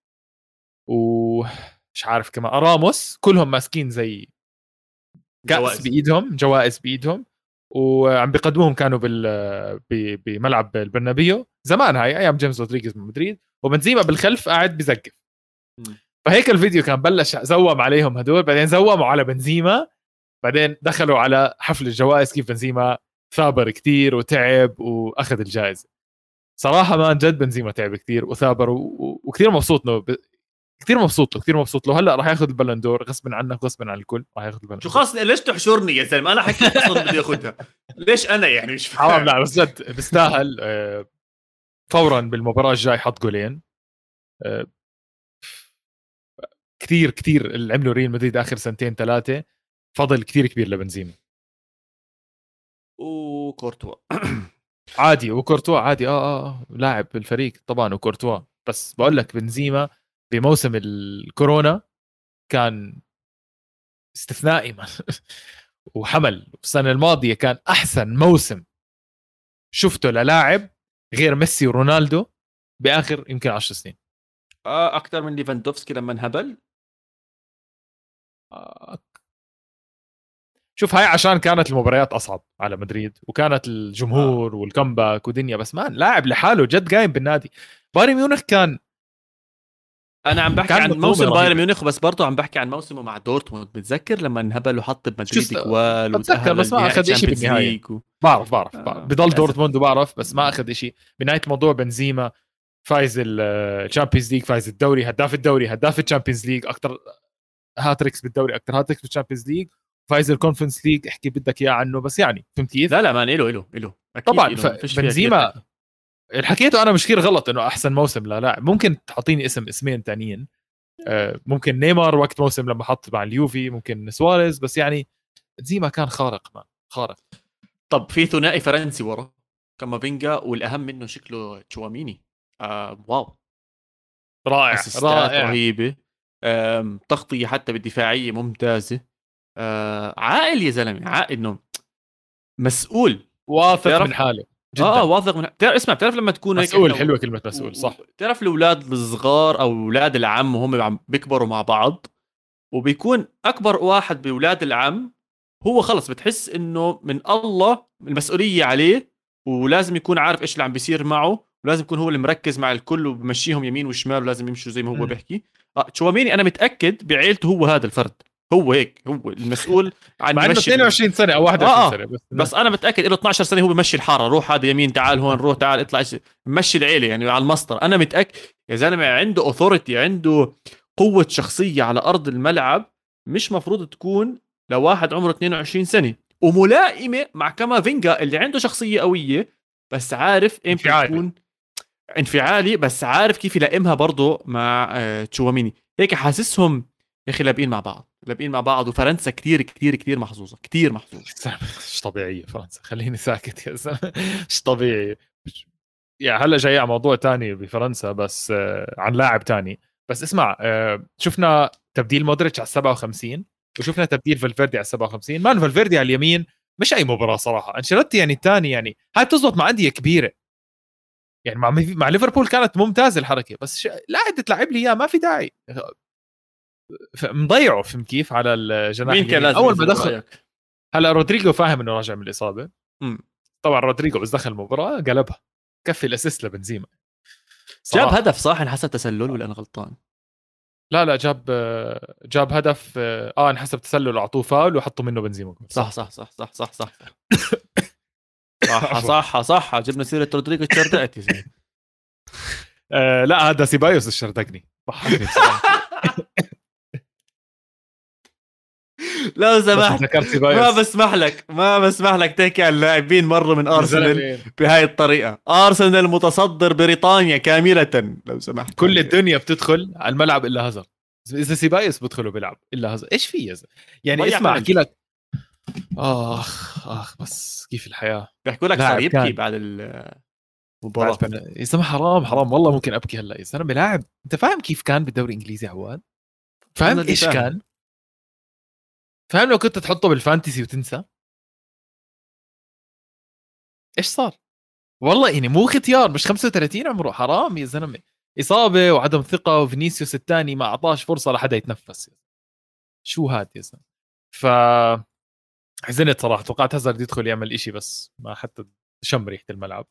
ومش عارف كمان راموس، كلهم ماسكين زي كأس جوائز. بإيدهم، جوائز بإيدهم، وعم بيقدموهم. كانوا بال بملعب البرنابيو زمان، هاي أيام جيمس رودريغيز من مدريد، وبنزيما بالخلف قاعد بيزقف. فهيك الفيديو كان بلش زوم عليهم هدول، بعدين زوموا على بنزيما، بعدين دخلوا على حفل الجوائز كيف بنزيما ثابر كتير وتعب وأخذ الجائزة. صراحة ما جد بنزيما تعب كتير وثابر و... وكتير مبسوط له ب... كتير مبسوط له كتير مبسوط له. هلا راح ياخذ البلندور غصب عنك غصب عن الكل، راح ياخذ البلندور. شو خاص ليش تحشرني يا زلمه؟ انا حكيت اصلا بدي اخذها، ليش انا يعني مش حرام. لا بس جد بيستاهل. فورا بالمباراة الجاي حط جولين. كتير كتير اللي عملوا ريال مدريد اخر سنتين ثلاثة فضل كتير كبير لبنزيما. وكورتوا عادي، وكورتوا عادي اه اه لاعب بالفريق طبعا، وكورتوا. بس بقول لك بنزيما بموسم الكورونا كان استثنائي وحمل. السنة الماضية كان أحسن موسم شفته للاعب غير ميسي ورونالدو بآخر يمكن عشر سنين. آه أكثر من ليفاندوفسكي لما انهبل. آه. شوف هاي عشان كانت المباريات أصعب على مدريد، وكانت الجمهور آه. والكمباك ودنيا، بس مان لاعب لحاله جد قايم بالنادي. بايرن ميونخ كان انا عم بحكي عن موسم بايرن ميونخ، بس برضه عم بحكي عن موسمه مع دورتموند. بتذكر لما انهبل وحط بمدريد اكوال بتذكر، بس ما اخذ شيء بالنهايه. و... بعرف بعرف, بعرف. آه. بضل دورتموند وبعرف، بس ما اخذ شيء بنهايه الموضوع. بنزيما فايز الشامبيونز ليج، فايز الدوري، هداف الدوري، هداف الشامبيونز ليج، اكثر هاتريكس بالدوري، اكثر هاتريكس بالشامبيونز ليج، فايز الكونفرنس ليج. احكي بدك اياه عنه، بس يعني فهمت كيف؟ لا لا ما له له له طبعا. بنزيما حكيته انا مش كثير غلط انه احسن موسم لا لاعب. ممكن تعطيني اسم اسمين تانيين، ممكن نيمار وقت موسم لما حط مع اليوفي، ممكن سواريز، بس يعني بنزيما كان خارق ما خارق. طب في ثنائي فرنسي ورا كامافينجا، والاهم منه شكله تشواميني. آه واو رائع رائع رهيبه. تغطيه حتى بالدفاعيه ممتازه. آه عاقل يا زلمه، عاقل انه مسؤول، واثق من حاله جدا. اه واثق من بتعرف. اسمع، بتعرف لما تكون مسؤول هيك حلوه كلمه مسؤول، صح. بتعرف الاولاد الصغار او اولاد العم وهم عم بيكبروا مع بعض، وبيكون اكبر واحد باولاد العم هو خلص بتحس انه من الله المسؤوليه عليه، ولازم يكون عارف ايش اللي عم بيصير معه، ولازم يكون هو اللي مركز مع الكل وبمشيهم يمين وشمال، ولازم يمشوا زي ما هو م. بيحكي. اه تشواميني انا متاكد بعيلته هو هذا الفرد، هو هيك هو المسؤول عن مع انه اثنين وعشرين سنه او واحد وعشرين آه. سنه، بس, بس انا متاكد له اثناشر سنه هو بمشي الحاره، روح هذا يمين، تعال هون، روح تعال اطلع، مشي العيله يعني على المسطر. انا متاكد يا زلمه عنده اوثوريتي، عنده قوه شخصيه على ارض الملعب مش مفروض تكون لواحد عمره اثنين وعشرين سنه، وملائمه مع كامافينجا اللي عنده شخصيه قويه، بس عارف امتى تكون انفعالي، بس عارف كيف يلائمها برضه مع آه تشواميني. هيك حاسسهم يا اخي لابقين مع بعض، لابقين مع بعض. وفرنسا كتير كتير كتير محظوظه، كتير محظوظه. مش طبيعيه فرنسا، خليني ساكت يا زلمه. مش طبيعي. يعني هلا جاي على موضوع تاني بفرنسا، بس آه عن لاعب تاني. بس اسمع، آه شفنا تبديل مودريتش على السبعة وخمسين، وشفنا تبديل فالفيردي على السبعة وخمسين. مان فالفيردي على اليمين مش اي مباراه صراحه. انشيلوتي يعني الثاني، يعني هاي بتزبط مع انديه كبيره. يعني مع مع ليفربول كانت ممتازه الحركه، بس ش... لا عاد تلعب لي اياه ما في داعي. مضيعه فهمت كيف على الجناح. مين كان لازم اول ما دخل هلا رودريجو فاهم انه راجع من الاصابه. م. طبعا رودريجو بس دخل المباراه قلبها، كفي الاسيست لبنزيما. جاب هدف صح انحسب تسلل ولا انا غلطان؟ لا لا جاب جاب هدف اه انحسب تسلل، اعطوه فاول وحطوا منه بنزيما. صح صح صح صح صح صح صح صح صح, صح. جبنا سيره رودريجو تشردقت يا زلمه. آه لا هذا سيبايوس الشردقني ضحكني بصراحه. لو بس سمحت ذكرت ما سيبايوس بسمح لك ما بسمح لك تحكي عن لاعبين مروا من يا ارسنال زلمة، بهاي الطريقه. ارسنال متصدر بريطانيا كامله لو سمحت. كل الدنيا بتدخل على الملعب الا هازارد. اذا سيبايوس بدخلوا بيلعب الا هازارد ايش في يا زلمه؟ يعني ضيع اسمع احكي بلنتي. لك. اخ اخ بس كيف الحياه. بيحكوا لك صار لاعب يبكي كان بعد بعد المباراه. بن... يا زلمه حرام حرام والله ممكن ابكي هلا يا زلمه. لاعب انت فاهم كيف كان بالدوري الانجليزي عواد؟ فاهم انا اللي ايش فاهم. كان؟ فاهم لو كنت تحطه بالفانتسي وتنسى ايش صار؟ والله يعني مو ختيار، مش خمسة وثلاثين عمره، حرام يا زلمه. اصابه وعدم ثقه، وفينيسيوس الثاني ما اعطاش فرصه لحدا يتنفس. شو هاد يا زلمه؟ ف حزنت صراحه، توقعت هازارد يدخل يعمل إشي بس ما حتى شم ريحه الملعب.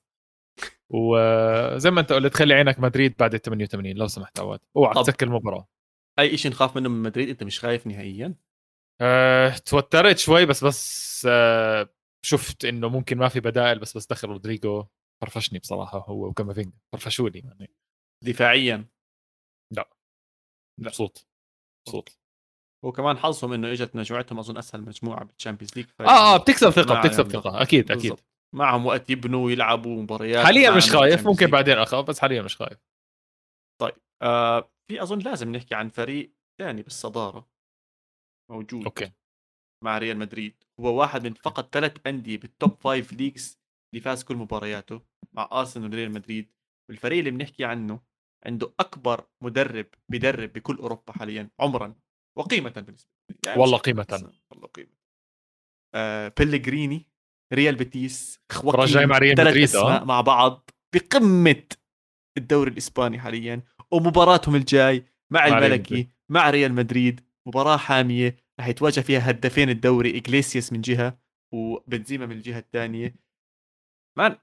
وزي ما انت قلت خلي عينك مدريد بعد ال ثمانية وثمانين لو سمحت عواد، اوعى طب تسكر المباراه. اي شيء نخاف منه من مدريد؟ انت مش خايف نهائيا؟ أه، توترت شوي بس بس أه شفت انه ممكن ما في بدائل، بس بس دخل رودريجو فرفشني بصراحه، هو وكامافينجا فرفشوني يعني. دفاعيا لا لا. مبسوط مبسوط. وكمان حظهم انه اجت مجموعتهم اظن اسهل مجموعه بالتشامبيونز ليج. اه اه بتكسب ثقه ما بتكسب عليهم ضغط. ثقه اكيد اكيد. بالضبط. معهم وقت يبنوا ويلعبوا مباريات حاليا مش هامه خايف، بالتشامبيونز ممكن ليج. بعدين اخاف، بس حاليا مش خايف. طيب آه في اظن لازم نحكي عن فريق ثاني بالصداره موجود اوكي مع ريال مدريد. هو واحد من فقط ثلاث انديه بالتوب فايف ليجز اللي فاز كل مبارياته مع ارسنال وريال مدريد. والفريق اللي بنحكي عنه عنده اكبر مدرب بيدرب بكل اوروبا حاليا عمرا وقيمه بالنسبه لي. يعني مش والله عمرا قيمه. بس والله قيمه. آه بيلغريني، ريال بيتيس، رجاي خواكين، مع ريال ثلاث مدريد اسماء اه. مع بعض بقمه الدوري الاسباني حاليا. ومباراتهم الجاي مع مع ريال مدريد الملكي مع ريال مدريد مباراه حاميه راح يتواجه فيها هدافين الدوري، إغليسياس من جهه وبنزيما من الجهه الثانيه. مان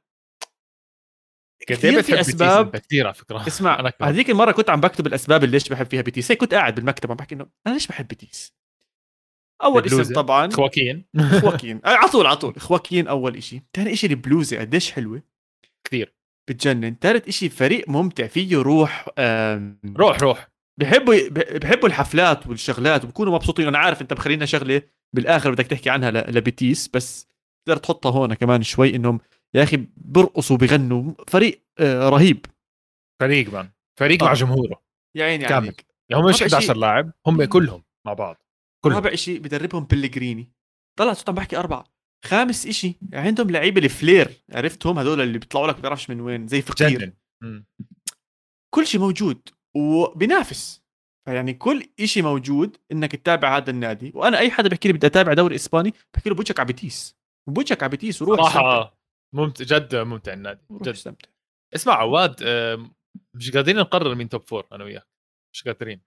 قد ايه كثير بتحب في بيتيس اسباب. انت؟ كثير على فكره. اسمع انا كمان. هذيك المره كنت عم بكتب الاسباب اللي ليش بحب فيها بيتيس. هيك كنت قاعد بالمكتب عم بحكي انه انا ليش بحب بيتيس. اول اسم البلوزه طبعا خواكين. خواكين، على طول على طول خواكين اول شيء. ثاني شيء البلوزه قديش حلوه كثير بتجنن. ثالث شيء فريق ممتع فيه روح. آم، روح روح. بحبوا بحبوا الحفلات والشغلات وبكونوا مبسوطين. انا عارف انت مخلينا شغله بالاخر بدك تحكي عنها ل- لبيتيس، بس تقدر تحطها هون كمان شوي انهم يا اخي برقصوا بغنوا. فريق آه، رهيب. فريق مان، فريق آه. مع جمهوره يا عيني كامل. عليك. يعني هم مش رابع إحدى عشر شيء لاعب، هم كلهم مع بعض كلهم. رابع شيء بدربهم بلغريني. طلع صوت عم بحكي أربعة. خامس إشي عندهم لعيبة الفلير، عرفتهم هذول اللي بيطلعوا لك بتعرفش من وين زي فقير. جنن. مم. كل شيء موجود وبينافس. فيعني كل إشي موجود انك تتابع هذا النادي. وانا اي حدا بحكي لي بدي اتابع دوري اسباني بحكي له بوجهك على بيتيس، بوجهك على بيتيس وروح استمتع. صراحه ممتع جد، ممتع النادي وروح جد. استمتع. اسمع عواد، آم، مش قادرين نقرر مين توب فور انا وياك، مش قادرين.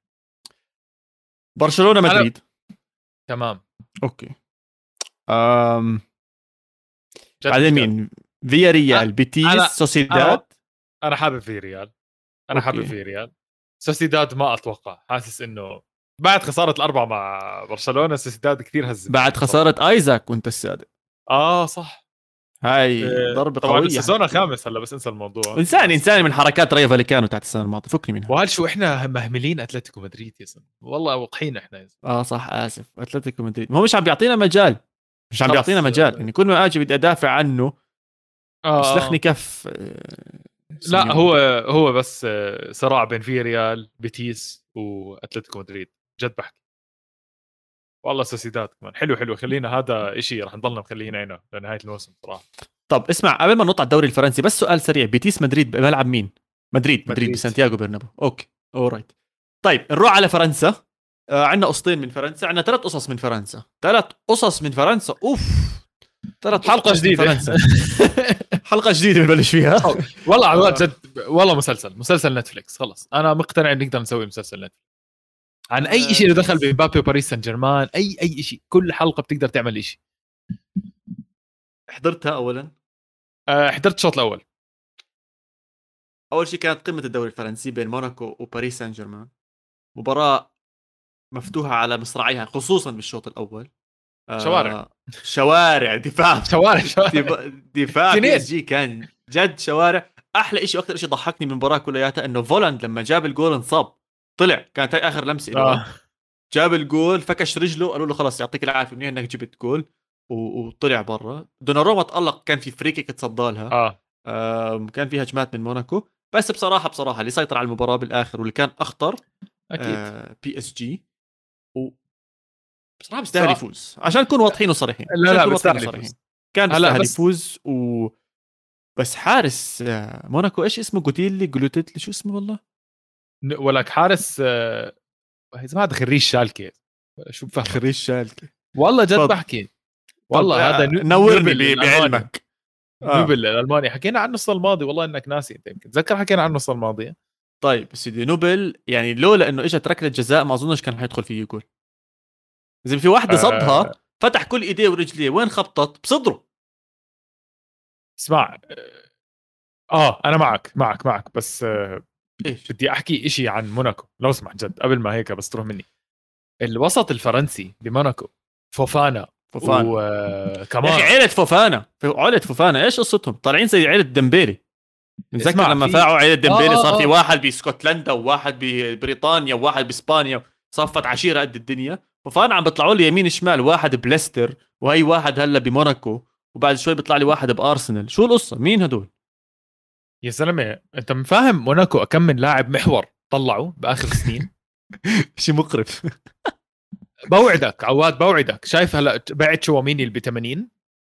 برشلونة أنا- مدريد. تمام. اوكي. أم... جد بعدين مش قادر. مين؟ فيا ريال، أنا- بيتيس، أنا- سوسيداد. انا حابب في ريال. انا أوكي. حابب في ريال. سوسيداد ما اتوقع، حاسس انه بعد خساره الاربعه مع برشلونه سوسيداد كثير هز. بعد خسارة ايزاك وانت السادس. اه صح. هاي آه، ضربة طبعا قوية. السيزون الخامس هلا، بس انسى الموضوع. انساني انساني من حركات ريا فاليكانو تاعت السنة الماضية، فكني منها. وهل شو احنا مهملين اتلتيكو مدريد يا زلمه، والله وقحين احنا يا زلمه. اه صح اسف. اتلتيكو مدريد هو مش عم بيعطينا مجال، مش عم خلص. بيعطينا مجال. يعني كل ما اجي بدي ادافع عنه آه بسلخني آه. كف. آه، لا سيميوني. هو هو بس آه، صراع بين في ريال بيتيس واتلتيكو مدريد جد بحكي. والله سوسيداد كمان حلو حلو. خلينا هذا إشي رح نضلنا مخليين عينه لنهايه الموسم صراحه. طب اسمع قبل ما نطلع على الدوري الفرنسي بس سؤال سريع. بيتيس مدريد بملعب مين؟ مدريد مدريد, مدريد. بسانتياغو برنابو. اوكي اورايت. طيب نروح على فرنسا. آه عندنا قصتين من فرنسا، عندنا ثلاث قصص من فرنسا. ثلاث قصص من فرنسا. اوف ثلاث حلقه جديده. فرنسا. حلقه جديده بنبلش فيها. والله عواد جد والله مسلسل مسلسل نتفليكس. خلص انا مقتنع ان نقدر نسوي مسلسل نتفليكس عن اي شيء له دخل بمبابي وباريس سان جيرمان. اي اي شيء، كل حلقه بتقدر تعمل شيء. حضرتها اولا. أه حضرت الشوط الاول. اول شيء كانت قمه الدوري الفرنسي بين موناكو وباريس سان جيرمان. مباراه مفتوحه على مصراعيها خصوصا بالشوط الاول. آه شوارع شوارع دفاع شوارع شوارع دفاع بي اس جي كان جد شوارع. احلى شيء واكثر شيء ضحكني من المباراه كلياتها انه فولاند لما جاب الجول انصاب، طلع كانت هاي اخر لمسه له. آه. جاب الجول فكش رجله، قالوا له خلاص يعطيك العافيه منيح انك جبت جول، وطلع برا. دوناروما تألق، كان في فريكيك تصدى لها. اه آه كان في هجمات من موناكو، بس بصراحه بصراحه اللي سيطر على المباراه بالاخر واللي كان اخطر اكيد آه بي اس جي. و بصراحه بيستاهل يفوز عشان نكون واضحين وصريحين. لا لا بيستاهل يفوز، كان بيستاهل بس... يفوز. و بس حارس آه موناكو ايش اسمه؟ جوتيلي جلوتيتلي شو اسمه والله؟ ولك حارس آه... اذا هذا خريج شالكه، شو بفهم خريج شالكه والله جد فضل. بحكي والله هذا آه نورني بعلمك. نوبل الالماني حكينا عنه الصيف الماضي، والله انك ناسي انت، يمكن تذكر حكينا عنه الصيف الماضي. طيب سيدي نوبل يعني لولا انه اجت ركله جزاء ما اظنش كان حيدخل فيه يقول. اذا في واحده صدها آه... فتح كل ايديه ورجليه، وين خبطت بصدره. اسمع اه انا معك معك معك بس آه... ايش بدي احكي إشي عن موناكو لو سمحت جد قبل ما هيك بس تروح مني. الوسط الفرنسي بموناكو فوفانا فوفانا وكمان يا اخي عيله فوفانا، عيله فوفانا ايش قصتهم؟ طالعين زي عيله ديمبيلي. نتذكر لما في... فاعوا عيله ديمبيلي آه صار آه في آه. واحد باسكتلندا وواحد ببريطانيا وواحد باسبانيا، صفت عشيره قد الدنيا. فوفانا عم بيطلعوا لي يمين شمال، واحد بليستر وهي واحد هلا بموناكو، وبعد شوي بيطلع لي واحد بارسنال. شو القصه؟ مين هدول يا زلمه؟ انت مفاهم موناكو كم من لاعب محور طلعوا باخر سنين؟ شيء مقرف. بوعدك عواد بوعدك، شايف هلا بعت شواميني اللي ب ثمانين؟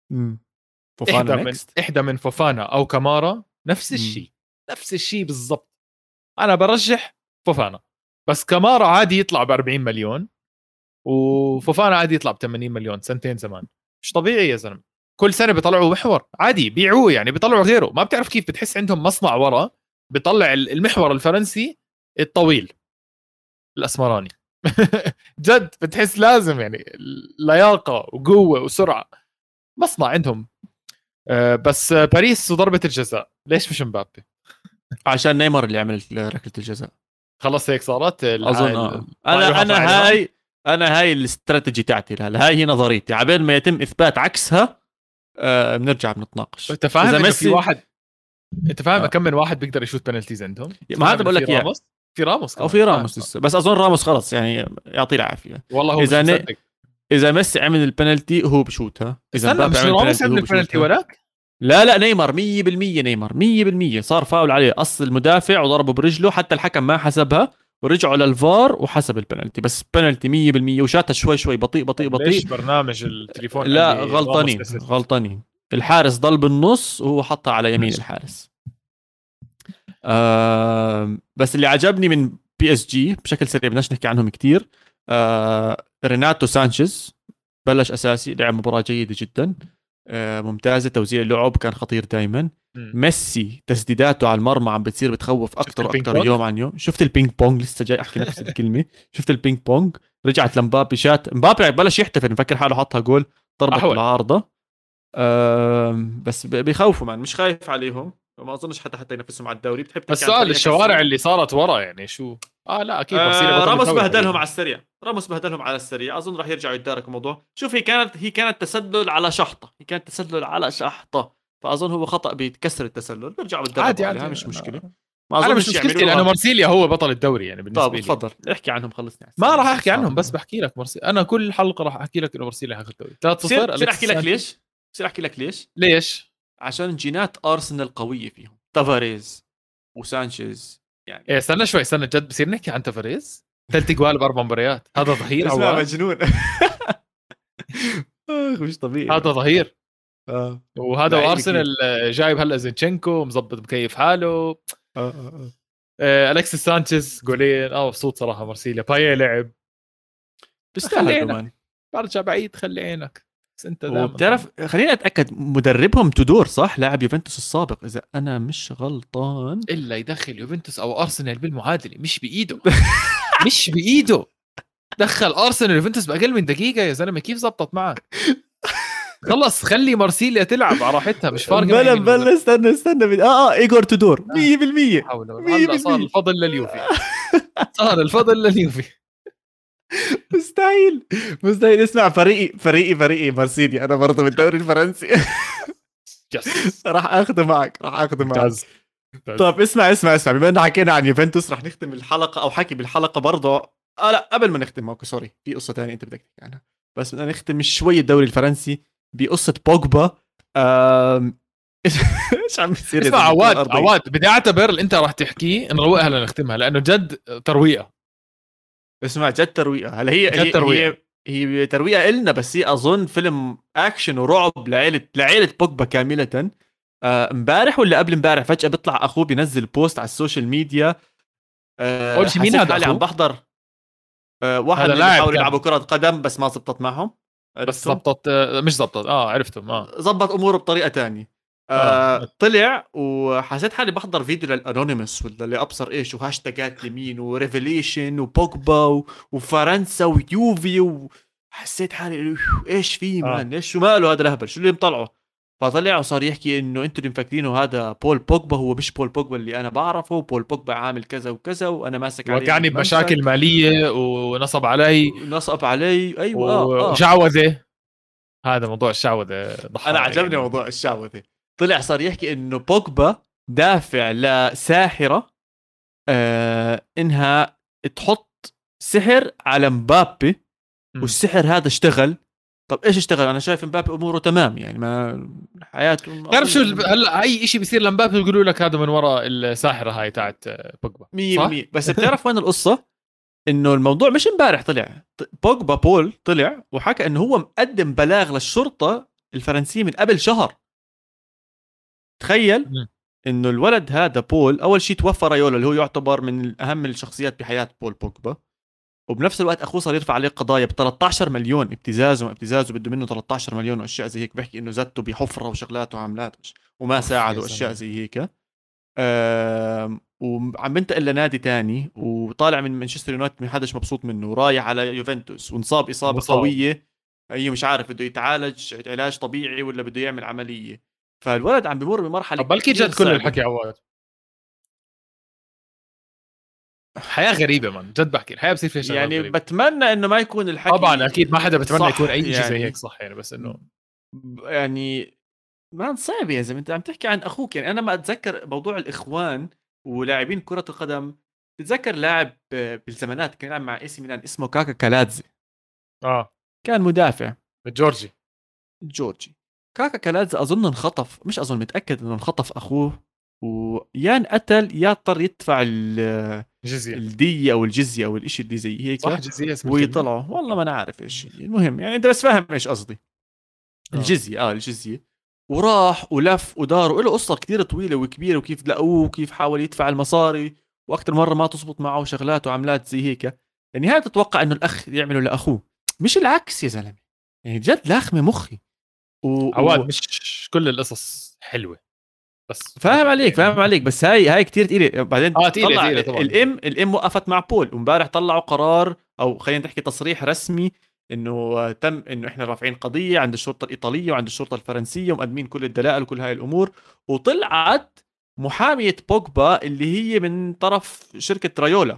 فوفانا احدى من احدى من فوفانا او كامارا نفس الشيء، نفس الشيء بالضبط. انا برجح فوفانا، بس كامارا عادي يطلع ب أربعين مليون وفوفانا عادي يطلع ب ثمانين مليون سنتين زمان. مش طبيعي يا زلمه، كل سنه بيطلعوا محور عادي بيعوه، يعني بيطلعوا غيره. ما بتعرف كيف، بتحس عندهم مصنع ورا بيطلع المحور الفرنسي الطويل الاسمراني. جد بتحس لازم يعني لياقه وقوه وسرعه، مصنع عندهم. أه بس باريس وضربه الجزاء ليش مش مبابي؟ عشان نيمار اللي عمل ركله الجزاء. خلص هيك صارت اظن آه. انا انا هاي انا هاي الاستراتيجي تاعتي لها، هاي هي نظريتي. عبين ما يتم اثبات عكسها آه بنرجع بنتناقش. انت فاهم انه ميسي... في واحد انت فاهم آه. كم من واحد بيقدر يشوت بنالتيز عندهم؟ ما هذا بقول لك اياه، راموس في راموس او في راموس لسه، بس اظن راموس خلص يعني يعطيه العافيه. والله هو اذا مش ن... اذا ميسي عمل البنالتي هو بشوتها، اذا مبابي عمل راموس عمل البنالتي وراك. لا لا نيمار مية بالمية نيمار مية بالمية صار فاول عليه اصل المدافع وضربه برجله، حتى الحكم ما حسبها ورجعوا للفار وحسب البنالتي. بس بنالتي مية بالمية وشاتها شوي شوي بطيء بطيء بطيء. ليش برنامج التليفون؟ لا غلطانين غلطانين. الحارس ضل بالنص وهو حطها على يمين الحارس. آه بس اللي عجبني من بي اس جي بشكل سريع بدناش نحكي عنهم كتير. آه ريناتو سانشيز بلش اساسي، لعب مباراه جيده جدا آه ممتازه، توزيع اللعب كان خطير دائما. ميسي تسديداته على المرمى عم بتصير بتخوف اكثر واكثر يوم عن يوم. شفت البينج بونج؟ لسه جاي احكي نفس الكلمه. شفت البينج بونج؟ رجعت لمبابي شات، مبابي بلش يحتفل مفكر حاله حطها جول، ضربت بالعارضه. آه بس بيخوفوا مان، مش خايف عليهم وما اظنش حتى حتى ينافسهم على الدوري. بتحب بس سؤال الشوارع اللي صارت ورا يعني شو؟ اه لا اكيد آه راموس بهدلهم على السريع، راموس بهدلهم على السريع. اظن راح يرجعوا يتداركوا الموضوع. شوف هي كانت هي كانت تسلل على شحطه، هي كانت تسلل على شحطه، فاظن هو خطا بيتكسر التسلل، بيرجعوا يتدربوا عليها مش مشكله. ما اظنش مش مشكلتي لانه مارسيليا هو بطل الدوري يعني بالنسبه طب لي. تفضل احكي عنهم خلصني. ما راح احكي عنهم بس بحكي لك مرسي. انا كل حلقه راح احكي لك انه مارسيليا هياخذ الدوري ثلاثة صفر. بصير احكي لك ليش بصير احكي لك ليش ليش عشان جينات ارسنال قويه فيهم، تافاريز وسانشيز يعني. ايه استنى شوي استنى جد بصير نحكي عن تافاريز ثلاث جوال باربع مباريات. هذا ظهير اسمع مجنون. مش طبيعي هذا ظهير. اه وهذا وارسنال جايب هلا زينشينكو مزبط مكيف حاله. اه اه اه الكسيس سانشيز جولين. اه مبسوط صراحه. مارسيليا باي لعب بيستاهل كمان. برجع بعيد خلي عينك. بس انت بتعرف خليني اتاكد مدربهم تودور صح؟ لاعب يوفنتوس السابق اذا انا مش غلطان. الا يدخل يوفنتوس او ارسنال بالمعادله، مش بايده. مش بايده. دخل ارسنال يوفنتوس باقل من دقيقه يا زلمه. كيف زبطت معك؟ خلص خلي مارسيليا تلعب على راحتها مش فارقه. بلا بلا استنى استنى بي... اه اه ايجور تودور مية بالمية. هلا صار الفضل لليوفي. صار الفضل لليوفي. مستحيل مستحيل. اسمع فريقي فريقي فريقي مارسيليا انا برضه بالدوري الفرنسي. راح اخذه معك راح اخذه معك. طب اسمع اسمع اسمع بما انه حكينا عن يوفنتوس رح نختم الحلقه او حكي بالحلقه برضه. اه لا قبل ما نختم اوكي سوري في قصه ثانيه انت بدك تحكي عنها، بس بدنا نختم شوي الدوري الفرنسي بقصه بوجبا. آم... ايش عم بيصير؟ اسمع عواد عواد بدي اعتبر اللي انت راح تحكيه نروقها لنختمها لانه جد ترويقه. اسمع جد ترويقه. هلا هي جد هي, ترويقة. هي هي ترويقه إلنا، بس هي اظن فيلم اكشن ورعب لعيله لعيله بوجبا كامله. امبارح آه ولا قبل امبارح فجاه بيطلع اخوه بينزل بوست على السوشيال ميديا. آه اول شيء مين هذا حالي عم بحضر آه واحد اللي بيحاول يلعبوا كره قدم بس ما زبطت معهم. بس زبطت آه مش زبطت اه عرفتهم اه زبط اموره بطريقه تانية. آه آه. طلع وحسيت حالي بحضر فيديو للانونيمس ولا اللي ابصر ايش وهاشتاجات يمين وريفيليشن وبوجبا وفرنسا ويوفي، وحسيت حالي ايش في آه. مان ايش شو ماله هذا الاهبل شو اللي مطلعه. فطلع وصار يحكي انه انتوا اللي مفكرينه هذا بول بوجبا هو مش بول بوجبا اللي انا بعرفه. بول بوجبا عامل كذا وكذا وانا ماسك عليه وكاني بمشاكل ماليه ونصب علي ونصب علي ايوه اه وشعوذه. هذا موضوع الشعوذه ضحى. انا عجبني يعني موضوع الشعوذه. طلع صار يحكي انه بوجبا دافع لساحره آه انها تحط سحر على مبابي والسحر هذا اشتغل. طب ايش اشتغل؟ انا شايف مبابي اموره تمام يعني ما حياته. تعرف شو هلا اي شيء بيصير لمبابي بيقولوا لك هذا من وراء الساحره هاي تاعت بوجبا مية بالمية. بس بتعرف وين القصه؟ انه الموضوع مش امبارح طلع بوجبا بول طلع وحكى انه هو مقدم بلاغ للشرطه الفرنسيه من قبل شهر. تخيل م. انه الولد هذا بول اول شيء توفى رايولا اللي هو يعتبر من اهم الشخصيات بحياه بول بوجبا، وبنفس الوقت اخوه صار يرفع عليه قضايا ب ثلاثة عشر مليون ابتزاز وابتزاز وبده منه ثلاثة عشر مليون واشياء زي هيك. بحكي انه زته بحفره وشغلات وعملات وما ساعده اشياء زي هيك. وعم بنتقل لنادي تاني وطالع من مانشستر يونايتد ما حدش مبسوط منه ورايح على يوفنتوس وانصاب اصابه مصاب. قويه اي مش عارف بده يتعالج علاج طبيعي ولا بده يعمل عمليه. فالولد عم بمر بمرحله بلكي جد كل الحكي عواد. حياه غريبه من جد بحكي الحياه بصير فيها شغلات يعني غريبة. بتمنى انه ما يكون الحكي طبعا اكيد ما حدا بتمنى يكون اي شيء يعني زي هيك صح يعني بس انه يعني ما صعب يا زلمه. انت عم تحكي عن اخوك يعني. انا ما اتذكر موضوع الاخوان ولاعبين كره القدم. تتذكر لاعب بالزمانات كان يلعب مع اي سي ميلان اسمه كاكا كالاتزي. اه كان مدافع جورجي جورجي كاكا كالاتزي اظن انخطف مش اظن متاكد انه انخطف اخوه ويا انقتل يا اضطر يدفع الجزيه الديه او الجزيه او الاشي اللي زي هيك صح جزيه ويطلعوا. والله ما انا عارف ايش المهم يعني انت بس فاهم ايش قصدي. آه. الجزيه اه الجزيه وراح ولف ودار وله قصه كتير طويله وكبيره وكيف لقوه وكيف حاول يدفع المصاري واكثر مره ما تزبط معه وشغلات وعملات زي هيك. يعني هذا تتوقع انه الاخ يعمله لاخوه مش العكس يا زلمه. يعني جد لاخمه مخي و... عواد و... مش كل القصص حلوه بس فاهم عليك يعني. فاهم عليك بس هاي هاي كتير تقيله. بعدين اه تقيله تقيله طبعا. الام الام وقفت مع بول وامبارح طلعوا قرار او خلينا نحكي تصريح رسمي انه تم انه احنا رافعين قضيه عند الشرطه الايطاليه وعند الشرطه الفرنسيه ومقدمين كل الدلائل وكل هاي الامور. وطلعت محاميه بوجبا اللي هي من طرف شركه رايولا.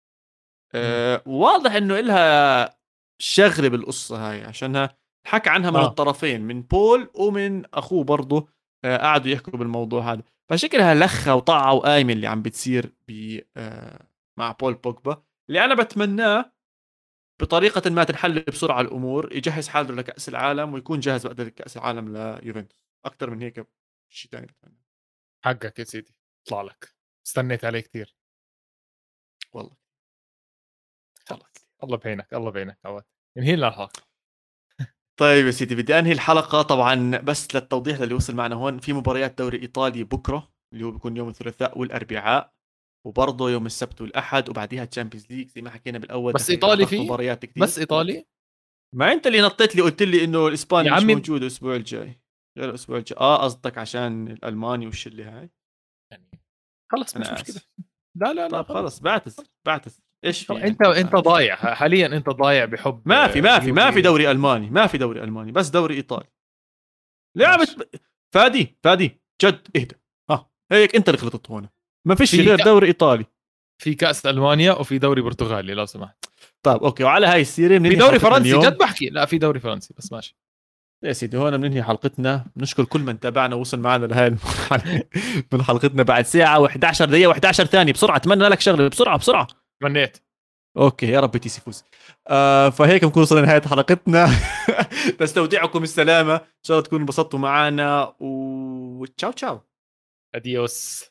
أه واضح انه إلها شغله بالقصه هاي عشانها حكى عنها من آه. الطرفين من بول ومن اخوه برضه. أه قعدوا يحكوا بالموضوع هذا فشكلها لخه وطاعه وقايمه اللي عم بتصير ب أه مع بول بوجبا اللي انا بتمناه بطريقة ما تنحل بسرعة الأمور يجهز حاله لكأس العالم ويكون جاهز بعد كأس العالم ليوفنتوس. أكتر من هيك شيء ثاني. حقك يا سيدي اطلع لك استنيت عليه كثير والله. خلص الله بعينك الله بعينك عواد انهي لنا الحلقة. طيب يا سيدي بدي أنهي الحلقة طبعا بس للتوضيح للي وصل معنا هون في مباريات دوري إيطالي بكرة اللي هو بيكون يوم الثلاثاء والأربعاء وبرضه يوم السبت والأحد وبعديها تشامبيونز ليج زي ما حكينا بالأول. بس إيطالي في مباريات كتير بس إيطالي. ما أنت اللي نطيت لي قلت لي إنه الإسباني مش موجود الأسبوع الجاي غير الأسبوع الجاي. آه قصدك عشان الألماني والشلة هاي يعني خلص مش مشكلة. لا لا لا طب خلص بعتذر بعتذر ايش في انت يعني انت ضايع حاليا انت ضايع بحب ما في ما في ما في دوري الماني ما في دوري الماني بس دوري ايطالي. لعبت ب... فادي فادي جد اهدى ها هيك انت اللي غلطت هون. ما فيش غير ك... دوري ايطالي. في كاس المانيا وفي دوري برتغالي لو سمحت. طيب اوكي وعلى هاي السيره في دوري فرنسي جد بحكي لا في دوري فرنسي بس ماشي يا سيدي هون بننهي حلقتنا. نشكر كل من تابعنا ووصل معنا لهي المرحلة من حلقتنا بعد ساعة و11 دقيقة و11 ثانية. بسرعة اتمنى لك شغلة بسرعة بسرعة. تمنيت. اوكي يا رب تيسي فوز. آه فهيك بنكون وصلنا لنهاية حلقتنا. نستودعكم السلامة، ان شاء الله تكونوا انبسطتوا معنا، وتشاو تشاو. اديوس.